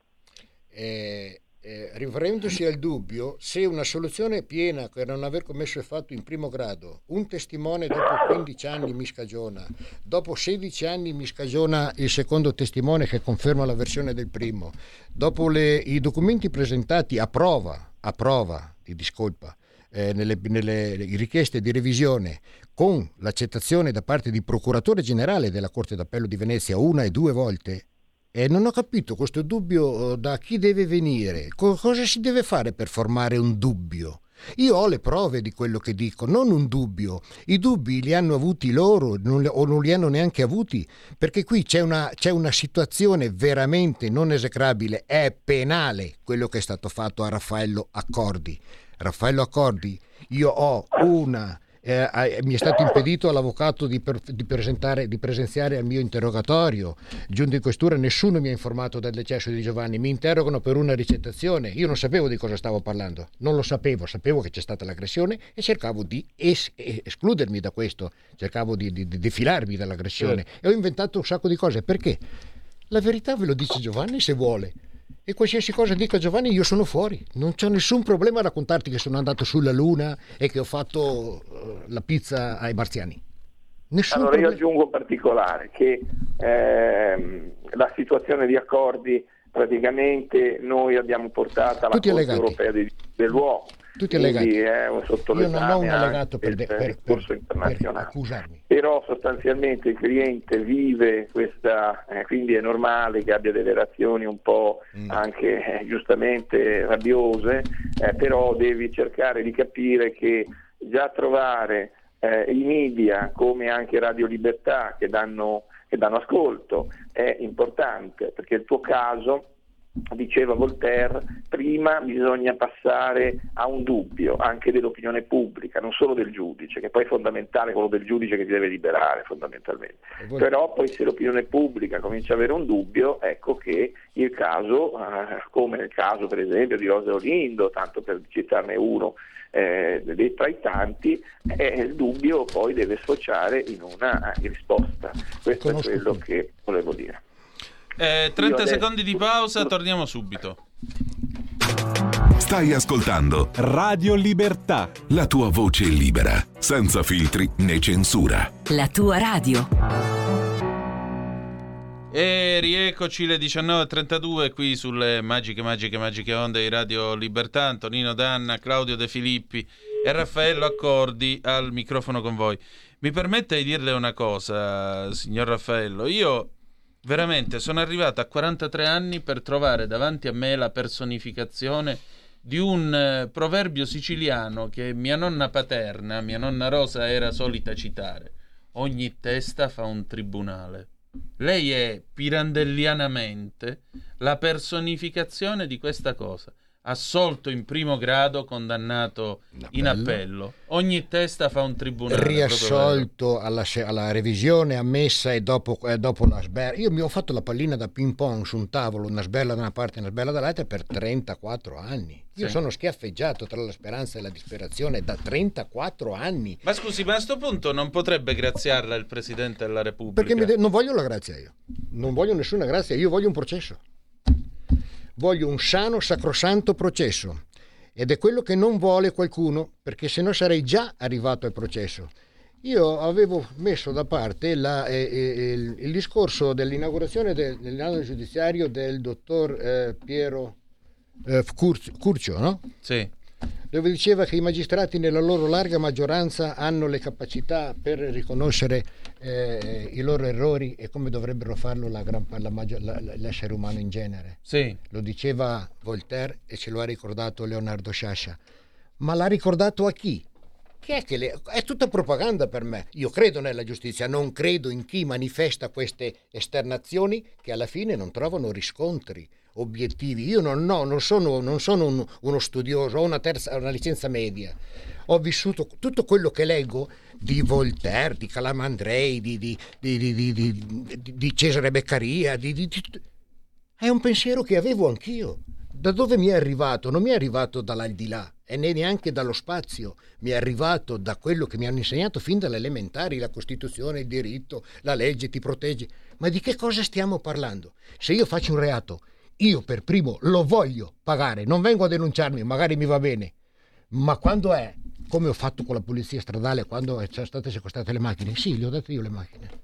Eh, eh, riferendosi al dubbio, se una soluzione piena per non aver commesso il fatto in primo grado, un testimone dopo quindici anni mi scagiona, dopo sedici anni mi scagiona il secondo testimone che conferma la versione del primo, dopo le, i documenti presentati a prova, a prova di discolpa, eh, nelle, nelle richieste di revisione, con l'accettazione da parte di procuratore generale della Corte d'Appello di Venezia una e due volte. E non ho capito questo dubbio da chi deve venire, Co- cosa si deve fare per formare un dubbio? Io ho le prove di quello che dico, non un dubbio. I dubbi li hanno avuti loro non li, o non li hanno neanche avuti, perché qui c'è una, c'è una situazione veramente non esecrabile, è penale quello che è stato fatto a Raffaello Accordi. Raffaello Accordi, io ho una... Eh, mi è stato impedito all'avvocato di, per, di presentare di presenziare al mio interrogatorio. Giunto in questura, nessuno mi ha informato del decesso di Giovanni. Mi interrogano per una ricettazione. Io non sapevo di cosa stavo parlando, non lo sapevo, sapevo che c'è stata l'aggressione e cercavo di es- escludermi da questo, cercavo di, di, di defilarmi dall'aggressione. Sì. E ho inventato un sacco di cose. Perché? La verità ve lo dice Giovanni se vuole. E qualsiasi cosa dica Giovanni io sono fuori, non c'è nessun problema a raccontarti che sono andato sulla luna e che ho fatto uh, la pizza ai marziani. Nessun allora problema. Io aggiungo un particolare che ehm, la situazione di Accordi praticamente noi abbiamo portato alla Tutti Corte allegati. Europea dei diritti dell'uomo. Tutti Quindi allegati. è un sotto Io non ho un l'esame allegato per, anche de- del per, ricorso per, internazionale. per accusarmi. Però sostanzialmente il cliente vive questa, eh, quindi è normale che abbia delle reazioni un po' mm. anche eh, giustamente rabbiose, eh, però devi cercare di capire che già trovare eh, i media come anche Radio Libertà che danno, che danno ascolto è importante, perché il tuo caso diceva Voltaire, prima bisogna passare a un dubbio anche dell'opinione pubblica, non solo del giudice, che poi è fondamentale, quello del giudice che ti deve liberare fondamentalmente. Però poi se l'opinione pubblica comincia ad avere un dubbio, ecco che il caso, eh, come nel caso per esempio di Rosa Olindo, tanto per citarne uno eh, tra i tanti, eh, il dubbio poi deve sfociare in una risposta. Questo Conosco è quello qui. Che volevo dire. Eh, trenta adesso... secondi di pausa, torniamo subito. Stai ascoltando Radio Libertà, la tua voce libera, senza filtri né censura. La tua radio. E rieccoci le diciannove e trentadue qui sulle magiche, magiche, magiche onde di Radio Libertà. Antonino Danna, Claudio De Filippi e Raffaello Accordi al microfono con voi. Mi permette di dirle una cosa, signor Raffaello. Io veramente sono arrivato a quarantatré anni per trovare davanti a me la personificazione di un eh, proverbio siciliano che mia nonna paterna, mia nonna Rosa, era solita citare: ogni testa fa un tribunale. Lei è pirandellianamente la personificazione di questa cosa. Assolto in primo grado, condannato in appello. In appello. Ogni testa fa un tribunale. Riassolto alla, alla revisione, ammessa e dopo, eh, dopo una sberla. Io mi ho fatto la pallina da ping pong su un tavolo, una sberla da una parte e una sberla dall'altra per trentaquattro anni. Io sì. sono schiaffeggiato tra la speranza e la disperazione da trentaquattro anni. Ma scusi, ma a sto punto non potrebbe graziarla il Presidente della Repubblica? Perché mi de- non voglio la grazia io. Non voglio nessuna grazia, io voglio un processo. Voglio un sano, sacrosanto processo, ed è quello che non vuole qualcuno, perché sennò sarei già arrivato al processo. Io avevo messo da parte la, eh, eh, il, il discorso dell'inaugurazione del, dell'anno giudiziario del dottor eh, Piero eh, Curcio, Curcio, no? Sì. Dove diceva che i magistrati nella loro larga maggioranza hanno le capacità per riconoscere eh, i loro errori e come dovrebbero farlo la gran, la maggior, la, l'essere umano in genere. Sì. Lo diceva Voltaire e ce lo ha ricordato Leonardo Sciascia. Ma l'ha ricordato a chi? Che è, che le... è tutta propaganda per me. Io credo nella giustizia, non credo in chi manifesta queste esternazioni che alla fine non trovano riscontri obiettivi. Io non, ho, non sono, non sono un, uno studioso, ho una, terza, una licenza media. Ho vissuto tutto quello che leggo di Voltaire, di Calamandrei, di, di, di, di, di, di, di Cesare Beccaria. Di, di, di... È un pensiero che avevo anch'io. Da dove mi è arrivato? Non mi è arrivato dall'aldilà e né neanche dallo spazio, mi è arrivato da quello che mi hanno insegnato fin dalle elementari, la Costituzione, il diritto, la legge ti protegge. Ma di che cosa stiamo parlando? Se io faccio un reato, io per primo lo voglio pagare, non vengo a denunciarmi, magari mi va bene, ma quando è, come ho fatto con la polizia stradale quando sono state sequestrate le macchine, sì, le ho date io le macchine.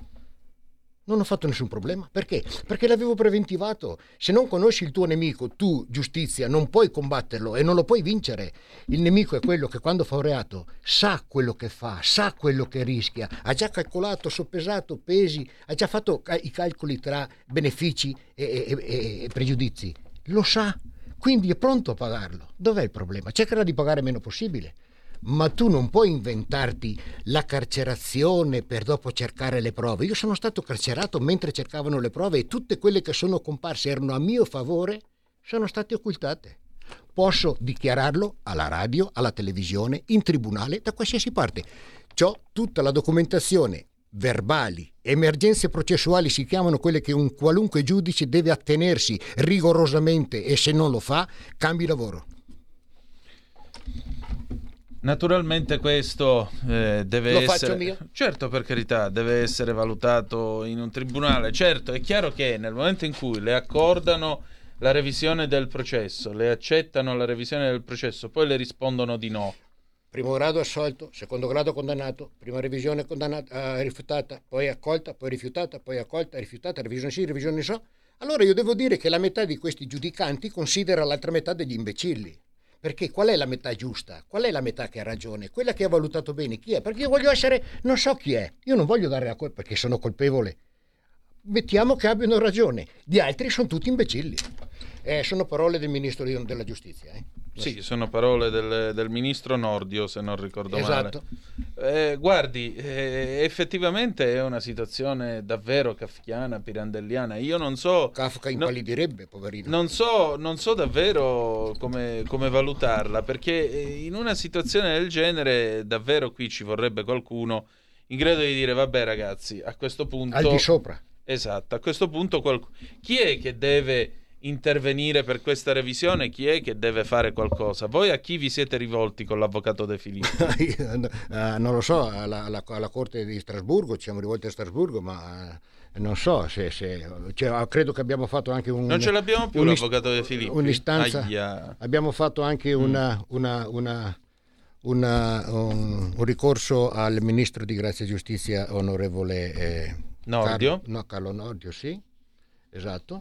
Non ho fatto nessun problema. Perché? Perché l'avevo preventivato. Se non conosci il tuo nemico, tu, giustizia, non puoi combatterlo e non lo puoi vincere. Il nemico è quello che quando fa un reato sa quello che fa, sa quello che rischia, ha già calcolato, soppesato, pesi, ha già fatto i calcoli tra benefici e, e, e pregiudizi. Lo sa, quindi è pronto a pagarlo. Dov'è il problema? Cercherà di pagare meno possibile. Ma tu non puoi inventarti la carcerazione per dopo cercare le prove. Io sono stato carcerato mentre cercavano le prove e tutte quelle che sono comparse erano a mio favore, sono state occultate. Posso dichiararlo alla radio, alla televisione, in tribunale, da qualsiasi parte. C'ho tutta la documentazione, verbali, emergenze processuali si chiamano quelle che un qualunque giudice deve attenersi rigorosamente e se non lo fa, cambi lavoro. Naturalmente questo eh, deve Lo essere... faccio mio? Certo, per carità, deve essere valutato in un tribunale. Certo, è chiaro che nel momento in cui le accordano la revisione del processo, le accettano la revisione del processo, poi le rispondono di no. Primo grado assolto, secondo grado condannato, prima revisione condannata, eh, rifiutata, poi accolta, poi rifiutata, poi accolta, rifiutata, revisione sì, revisione so. Allora io devo dire che la metà di questi giudicanti considera l'altra metà degli imbecilli. Perché qual è la metà giusta? Qual è la metà che ha ragione? Quella che ha valutato bene chi è? Perché io voglio essere, non so chi è, io non voglio dare la colpa perché sono colpevole. Mettiamo che abbiano ragione, gli altri sono tutti imbecilli. Eh, sono parole del ministro della giustizia. Eh. Sì, sono parole del, del ministro Nordio, se non ricordo esatto. male. Eh, guardi, eh, effettivamente è una situazione davvero kafkiana, pirandelliana. Io non so... Kafka impallidirebbe, no, poverino. Non so, non so davvero come, come valutarla, perché in una situazione del genere davvero qui ci vorrebbe qualcuno in grado di dire vabbè ragazzi, a questo punto... Al di sopra. Esatto, a questo punto qualc... chi è che deve intervenire per questa revisione? Chi è che deve fare qualcosa? Voi a chi vi siete rivolti con l'avvocato De Filippo? uh, non lo so, alla, alla, alla Corte di Strasburgo, ci siamo rivolti a Strasburgo, ma uh, non so se... se cioè, credo che abbiamo fatto anche un... Non ce l'abbiamo più l'avvocato De Filippo? Un'istanza... Aia. Abbiamo fatto anche una... Mm. una, una Una, un, un ricorso al ministro di Grazia e Giustizia onorevole eh, Nordio. Carlo, no, Carlo Nordio, sì, esatto.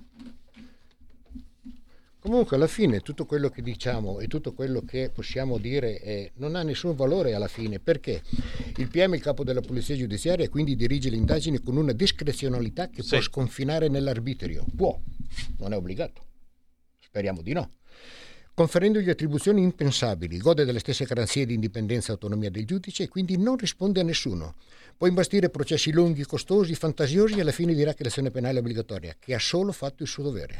Comunque alla fine tutto quello che diciamo e tutto quello che possiamo dire eh, non ha nessun valore alla fine, perché il P M, il capo della polizia giudiziaria, quindi dirige le indagini con una discrezionalità che sì. può sconfinare nell'arbitrio, può, non è obbligato, speriamo di no. Conferendogli attribuzioni impensabili, gode delle stesse garanzie di indipendenza e autonomia del giudice e quindi non risponde a nessuno. Può imbastire processi lunghi, costosi, fantasiosi e alla fine dirà che l'azione penale è obbligatoria, che ha solo fatto il suo dovere.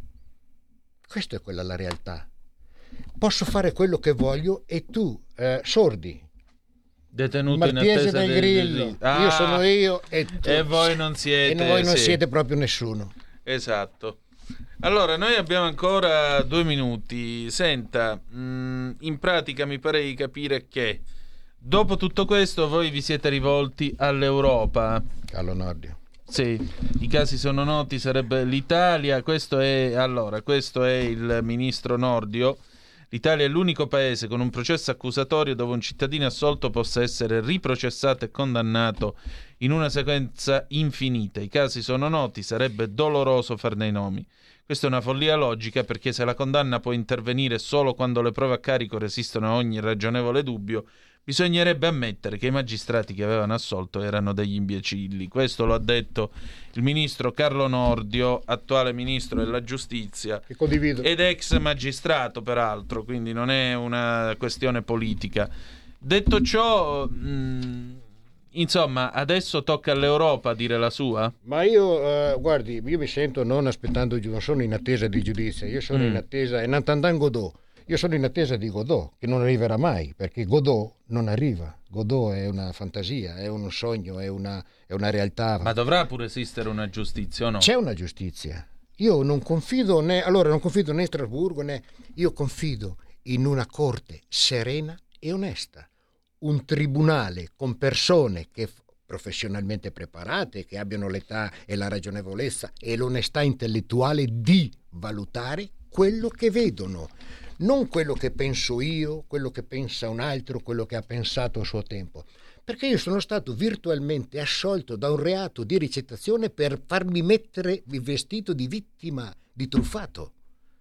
Questa è quella la realtà. Posso fare quello che voglio e tu, eh, sordi, detenuto Martiese in attesa del del Grillo, del... Ah, io sono io e tu. E voi non siete. E voi non sì. siete proprio nessuno. Esatto. Allora, noi abbiamo ancora due minuti. Senta, mh, in pratica mi pare di capire che dopo tutto questo voi vi siete rivolti all'Europa. Allo Nordio. Sì, i casi sono noti, sarebbe l'Italia, questo è, allora, questo è il ministro Nordio. L'Italia è l'unico paese con un processo accusatorio dove un cittadino assolto possa essere riprocessato e condannato in una sequenza infinita. I casi sono noti, sarebbe doloroso farne i nomi. Questa è una follia logica, perché se la condanna può intervenire solo quando le prove a carico resistono a ogni ragionevole dubbio, bisognerebbe ammettere che i magistrati che avevano assolto erano degli imbecilli. Questo lo ha detto il ministro Carlo Nordio, attuale ministro della giustizia, che condivido, ed ex magistrato peraltro, quindi non è una questione politica. Detto ciò, mh, insomma, adesso tocca all'Europa dire la sua? Ma io, eh, guardi, io mi sento non aspettando, non sono in attesa di giudizio, io sono mm. in attesa, en attendant Godot. Io sono in attesa di Godot, che non arriverà mai, perché Godot non arriva. Godot è una fantasia, è un sogno, è una, è una realtà. Ma dovrà pure esistere una giustizia o no? C'è una giustizia. Io non confido né, allora non confido né in Strasburgo, né, io confido in una corte serena e onesta. Un tribunale con persone che professionalmente preparate, che abbiano l'età e la ragionevolezza e l'onestà intellettuale di valutare quello che vedono. Non quello che penso io, quello che pensa un altro, quello che ha pensato a suo tempo. Perché io sono stato virtualmente assolto da un reato di ricettazione per farmi mettere il vestito di vittima, di truffato.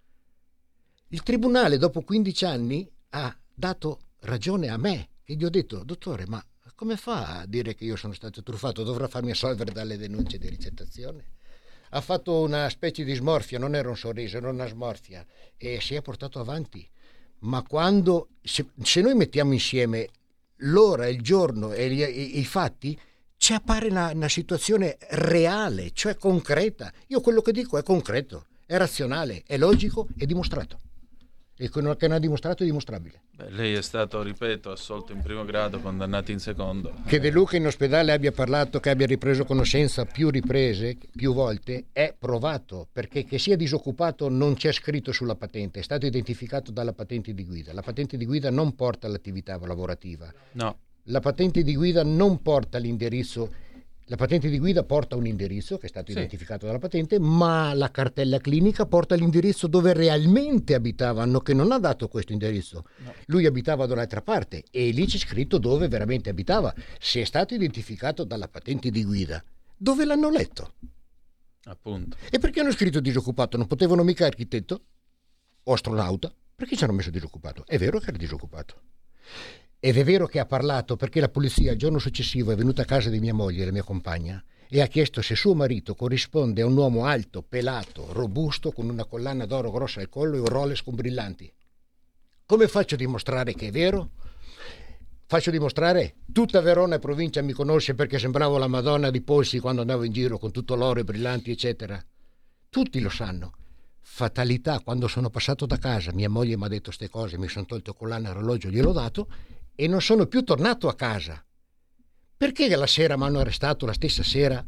Il tribunale dopo quindici anni ha dato ragione a me, che gli ho detto: dottore, ma come fa a dire che io sono stato truffato? Dovrà farmi assolvere dalle denunce di ricettazione? Ha fatto una specie di smorfia, non era un sorriso, era una smorfia, e si è portato avanti. Ma quando, se, se noi mettiamo insieme l'ora, il giorno e gli, i, i fatti, ci appare una, una situazione reale, cioè concreta. Io quello che dico è concreto, è razionale, è logico, è dimostrato. E quello che non ha dimostrato è dimostrabile. Beh, lei è stato, ripeto, assolto in primo grado, condannato in secondo. Che De Luca in ospedale abbia parlato, che abbia ripreso conoscenza più riprese, più volte, è provato, perché che sia disoccupato non c'è scritto sulla patente, è stato identificato dalla patente di guida. La patente di guida non porta all'attività lavorativa. No. La patente di guida non porta l'indirizzo. La patente di guida porta un indirizzo che è stato sì. identificato dalla patente, ma la cartella clinica porta l'indirizzo dove realmente abitavano, che non ha dato questo indirizzo. No. Lui abitava da un'altra parte e lì c'è scritto dove veramente abitava. Se è stato identificato dalla patente di guida, dove l'hanno letto? Appunto. E perché hanno scritto disoccupato? Non potevano mica architetto o astronauta? Perché ci hanno messo disoccupato? È vero che era disoccupato. Ed è vero che ha parlato perché la polizia il giorno successivo è venuta a casa di mia moglie, la mia compagna, e ha chiesto se suo marito corrisponde a un uomo alto, pelato, robusto, con una collana d'oro grossa al collo e un Rolex con brillanti. Come faccio a dimostrare che è vero? Faccio dimostrare, tutta Verona e provincia mi conosce perché sembravo la Madonna di Polsi quando andavo in giro con tutto l'oro e brillanti eccetera. Tutti lo sanno. Fatalità, quando sono passato da casa mia moglie mi ha detto ste cose, mi sono tolto collana e orologio, gliel'ho dato e non sono più tornato a casa. Perché la sera mi hanno arrestato la stessa sera?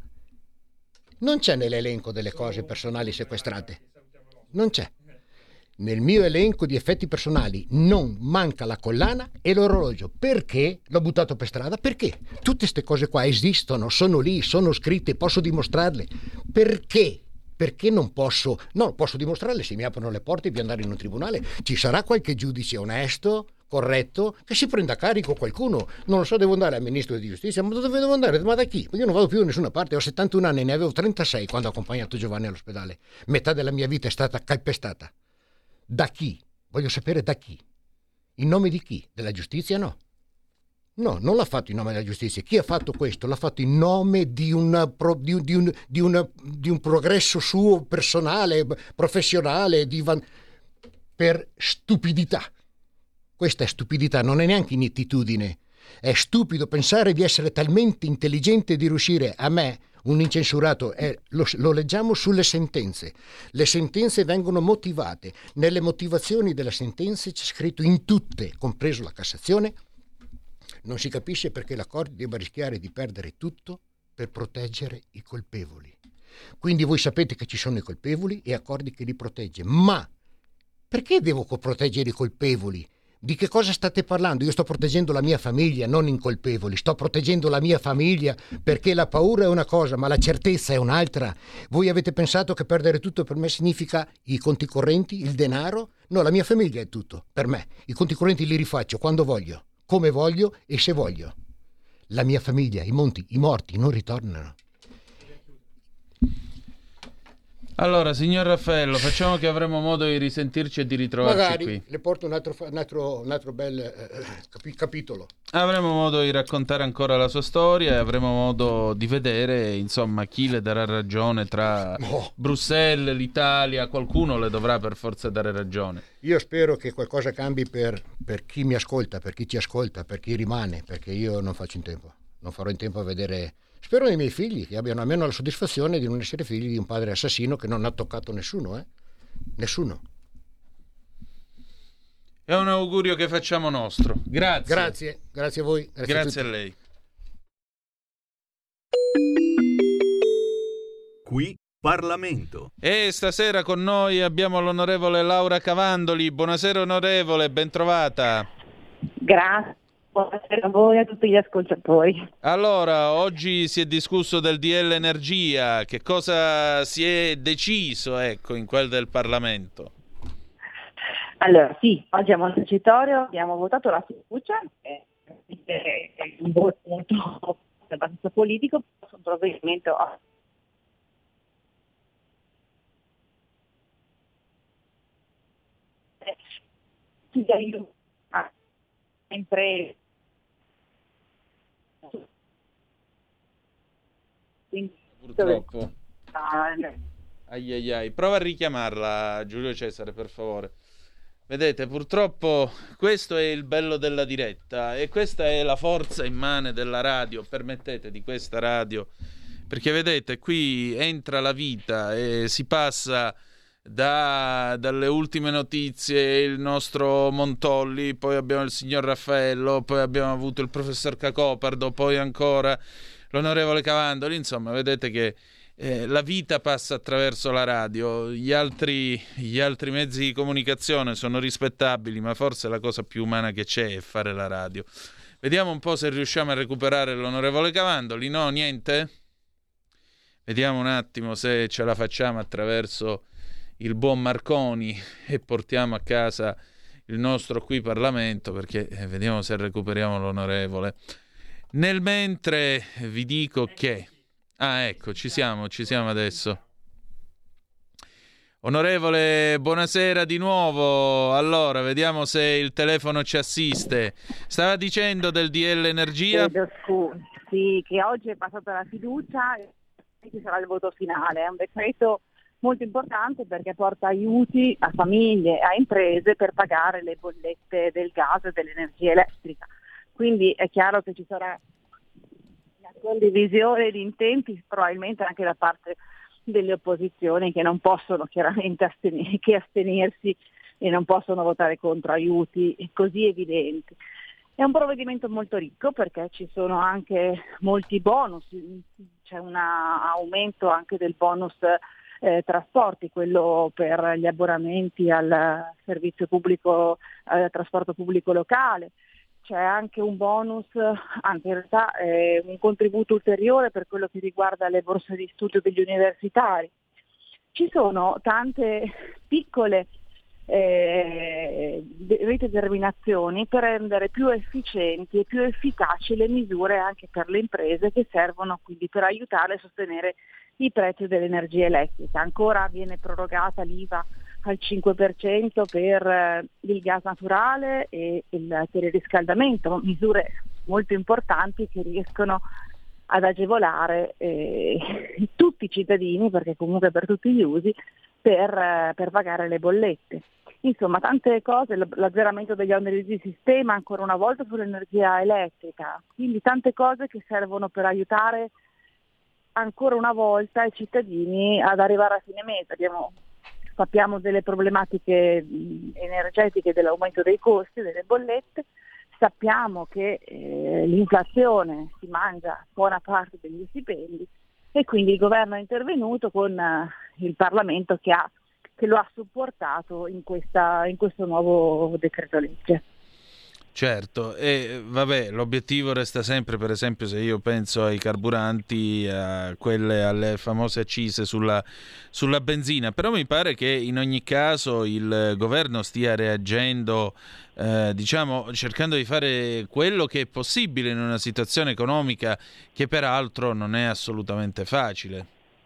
Non c'è nell'elenco delle cose personali sequestrate, non c'è. Nel mio elenco di effetti personali non manca la collana e l'orologio. Perché? L'ho buttato per strada? Perché? Tutte queste cose qua esistono, sono lì, sono scritte, posso dimostrarle. Perché? Perché non posso? No, posso dimostrarle se mi aprono le porte di andare in un tribunale. Ci sarà qualche giudice onesto, corretto, che si prenda a carico qualcuno. Non lo so, devo andare al ministro di giustizia. Ma dove devo andare? Ma da chi? Io non vado più da nessuna parte. Ho settantuno anni, ne avevo trentasei quando ho accompagnato Giovanni all'ospedale. Metà della mia vita è stata calpestata. Da chi? Voglio sapere da chi. In nome di chi? Della giustizia? No. No, non l'ha fatto in nome della giustizia. Chi ha fatto questo? L'ha fatto in nome di, una, di, un, di, un, di, una, di un progresso suo personale, professionale, di van... per stupidità. Questa è stupidità, non è neanche inettitudine. È stupido pensare di essere talmente intelligente di riuscire a me... Un incensurato è, lo, lo leggiamo sulle sentenze. Le sentenze vengono motivate. Nelle motivazioni delle sentenze c'è scritto in tutte, compreso la Cassazione, non si capisce perché la Corte debba rischiare di perdere tutto per proteggere i colpevoli. Quindi voi sapete che ci sono i colpevoli e accordi che li protegge. Ma perché devo proteggere i colpevoli? Di che cosa state parlando? Io sto proteggendo la mia famiglia, non incolpevoli. Sto proteggendo la mia famiglia perché la paura è una cosa, ma la certezza è un'altra. Voi avete pensato che perdere tutto per me significa i conti correnti, il denaro? No, la mia famiglia è tutto, per me. I conti correnti li rifaccio quando voglio, come voglio e se voglio. La mia famiglia, i monti, i morti non ritornano. Allora, signor Raffaello, facciamo che avremo modo di risentirci e di ritrovarci Magari qui. le porto un altro, un altro, un altro bel eh, capi- capitolo. Avremo modo di raccontare ancora la sua storia e avremo modo di vedere, insomma, chi le darà ragione tra oh. Bruxelles, l'Italia, qualcuno le dovrà per forza dare ragione. Io spero che qualcosa cambi per, per chi mi ascolta, per chi ci ascolta, per chi rimane, perché io non faccio in tempo. Non farò in tempo a vedere... Spero nei miei figli che abbiano almeno la soddisfazione di non essere figli di un padre assassino che non ha toccato nessuno, eh? Nessuno. È un augurio che facciamo nostro. Grazie. Grazie, grazie a voi. Grazie, Grazie a, a lei. Qui Parlamento. E stasera con noi abbiamo l'onorevole Laura Cavandoli. Buonasera onorevole, ben trovata. Grazie. Buonasera a voi e a tutti gli ascoltatori. Allora, oggi si è discusso del D L Energia, che cosa si è deciso, ecco, in quel del Parlamento? Allora, sì, oggi a Montecitorio abbiamo votato la fiducia, è un voto molto abbastanza politico, su un provvedimento sempre purtroppo ai ai ai. Prova a richiamarla, Giulio Cesare, per favore. Vedete, purtroppo questo è il bello della diretta e questa è la forza immane della radio, permettete, di questa radio, perché vedete, qui entra la vita e si passa da, dalle ultime notizie il nostro Montolli, poi abbiamo il signor Raffaello, poi abbiamo avuto il professor Cacopardo, poi ancora l'onorevole Cavandoli. Insomma, vedete che eh, la vita passa attraverso la radio. Gli altri, gli altri mezzi di comunicazione sono rispettabili, ma forse la cosa più umana che c'è è fare la radio. Vediamo un po' se riusciamo a recuperare l'onorevole Cavandoli. No, niente? Vediamo un attimo se ce la facciamo attraverso il buon Marconi e portiamo a casa il nostro qui Parlamento, perché eh, vediamo se recuperiamo l'onorevole. Nel mentre vi dico che ah ecco, ci siamo, ci siamo adesso. Onorevole, buonasera di nuovo. Allora, vediamo se il telefono ci assiste. Stava dicendo del D L Energia? Sì, che oggi è passata la fiducia e ci sarà il voto finale. È un decreto molto importante perché porta aiuti a famiglie e a imprese per pagare le bollette del gas e dell'energia elettrica. Quindi è chiaro che ci sarà una condivisione di intenti probabilmente anche da parte delle opposizioni, che non possono chiaramente asten- che astenersi e non possono votare contro aiuti così evidenti. È un provvedimento molto ricco perché ci sono anche molti bonus, c'è un aumento anche del bonus eh, trasporti, quello per gli abbonamenti al servizio pubblico, al trasporto pubblico locale. C'è anche un bonus, anzi in realtà è un contributo ulteriore per quello che riguarda le borse di studio degli universitari. Ci sono tante piccole eh, determinazioni per rendere più efficienti e più efficaci le misure anche per le imprese, che servono quindi per aiutare a sostenere i prezzi dell'energia elettrica. Ancora viene prorogata l'I V A al cinque per cento per eh, il gas naturale e il teleriscaldamento, misure molto importanti che riescono ad agevolare eh, tutti i cittadini, perché comunque per tutti gli usi, per, eh, per pagare le bollette. Insomma, tante cose, l'azzeramento degli oneri di sistema ancora una volta sull'energia elettrica, quindi tante cose che servono per aiutare ancora una volta i cittadini ad arrivare a fine mese. Abbiamo Sappiamo delle problematiche energetiche, dell'aumento dei costi, delle bollette, sappiamo che eh, l'inflazione si mangia buona parte degli stipendi e quindi il governo è intervenuto con eh, il Parlamento che, ha, che lo ha supportato in, questa, in questo nuovo decreto legge. Certo, e vabbè, l'obiettivo resta sempre, per esempio, se io penso ai carburanti, a quelle, alle famose accise sulla, sulla benzina, però mi pare che in ogni caso il governo stia reagendo, eh, diciamo, cercando di fare quello che è possibile in una situazione economica che peraltro non è assolutamente facile.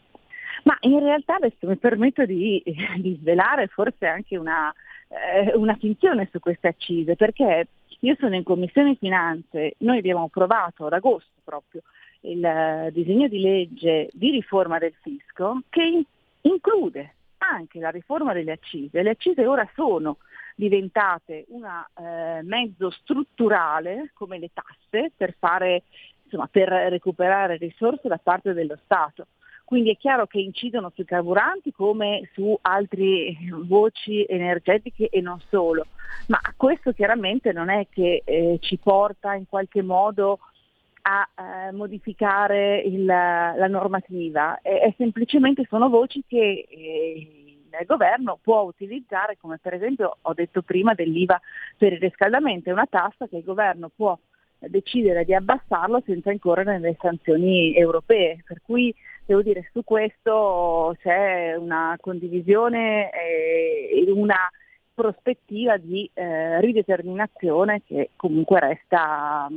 Ma in realtà adesso mi permetto di, di svelare forse anche una, eh, una finzione su queste accise, perché io sono in Commissione Finanze, noi abbiamo approvato ad agosto proprio il uh, disegno di legge di riforma del fisco che in- include anche la riforma delle accise. Le accise ora sono diventate una eh, mezzo strutturale come le tasse per fare, insomma, per recuperare risorse da parte dello Stato. Quindi è chiaro che incidono sui carburanti come su altre voci energetiche e non solo, ma questo chiaramente non è che eh, ci porta in qualche modo a eh, modificare il, la normativa, è, è semplicemente sono voci che eh, il governo può utilizzare, come per esempio ho detto prima dell'I V A per il riscaldamento, è una tassa che il governo può decidere di abbassarlo senza incorrere nelle sanzioni europee, per cui devo dire su questo c'è una condivisione e una prospettiva di eh, rideterminazione che comunque resta,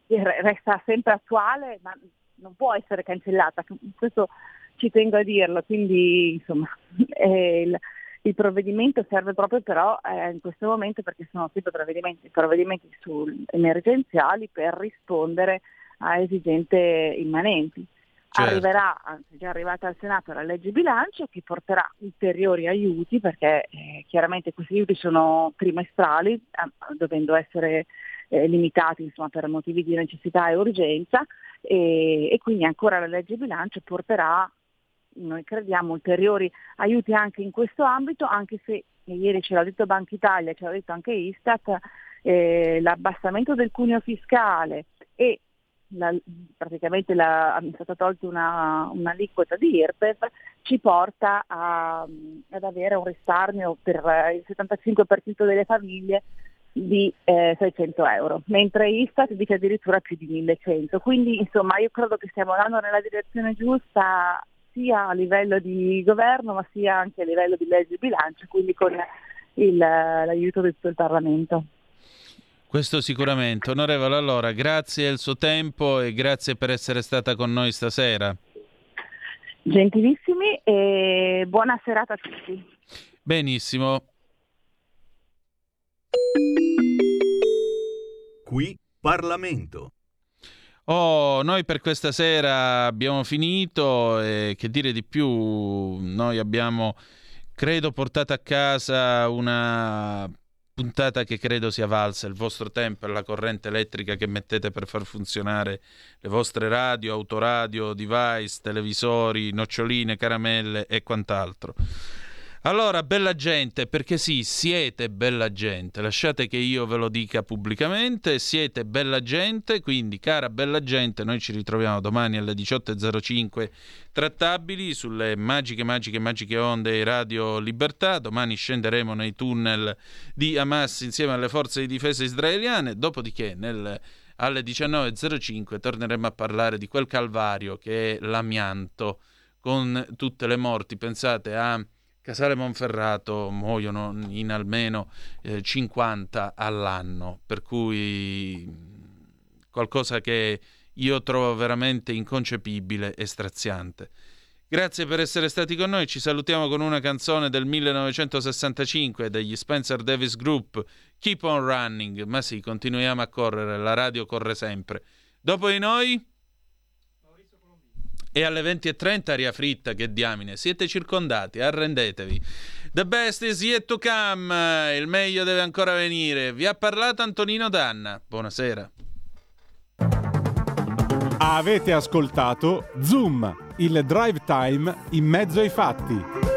resta sempre attuale, ma non può essere cancellata, questo ci tengo a dirlo, quindi insomma eh, il, il provvedimento serve proprio però eh, in questo momento, perché sono sempre provvedimenti, provvedimenti su, emergenziali per rispondere a esigenze immanenti. Certo. Arriverà, anzi già arrivata al Senato, la legge bilancio che porterà ulteriori aiuti, perché eh, chiaramente questi aiuti sono trimestrali, eh, dovendo essere eh, limitati insomma, per motivi di necessità e urgenza, e, e quindi ancora la legge bilancio porterà, noi crediamo, ulteriori aiuti anche in questo ambito, anche se ieri ce l'ha detto Banca Italia, ce l'ha detto anche Istat, eh, l'abbassamento del cuneo fiscale e La, praticamente la, è stata tolta una, un'aliquota di I R P E F, ci porta a, ad avere un risparmio per il settantacinque per cento delle famiglie di eh, seicento euro, mentre Istat dice addirittura più di millecento. Quindi insomma io credo che stiamo andando nella direzione giusta sia a livello di governo ma sia anche a livello di legge di bilancio, quindi con il, l'aiuto di tutto il Parlamento. Questo sicuramente. Onorevole, allora, grazie del suo tempo e grazie per essere stata con noi stasera. Gentilissimi e buona serata a tutti. Benissimo. Qui Parlamento. Oh, noi per questa sera abbiamo finito e che dire di più, noi abbiamo, credo, portato a casa una puntata che credo sia valsa il vostro tempo e la corrente elettrica che mettete per far funzionare le vostre radio, autoradio, device, televisori, noccioline, caramelle e quant'altro. Allora, bella gente, perché sì, siete bella gente, lasciate che io ve lo dica pubblicamente, siete bella gente, quindi cara bella gente, noi ci ritroviamo domani alle diciotto e zero cinque trattabili sulle magiche, magiche, magiche onde di Radio Libertà. Domani scenderemo nei tunnel di Hamas insieme alle forze di difesa israeliane, dopodiché nel, alle diciannove e zero cinque torneremo a parlare di quel calvario che è l'amianto, con tutte le morti. Pensate a Casale Monferrato, muoiono in almeno eh, cinquanta all'anno, per cui qualcosa che io trovo veramente inconcepibile e straziante. Grazie per essere stati con noi, ci salutiamo con una canzone del millenovecentosessantacinque degli Spencer Davis Group, Keep on Running, ma sì, continuiamo a correre, la radio corre sempre. Dopo di noi... E alle venti e trenta aria fritta, che diamine, siete circondati, arrendetevi. The best is yet to come, il meglio deve ancora venire. Vi ha parlato Antonino Danna, buonasera. Avete ascoltato Zoom, il drive time in mezzo ai fatti.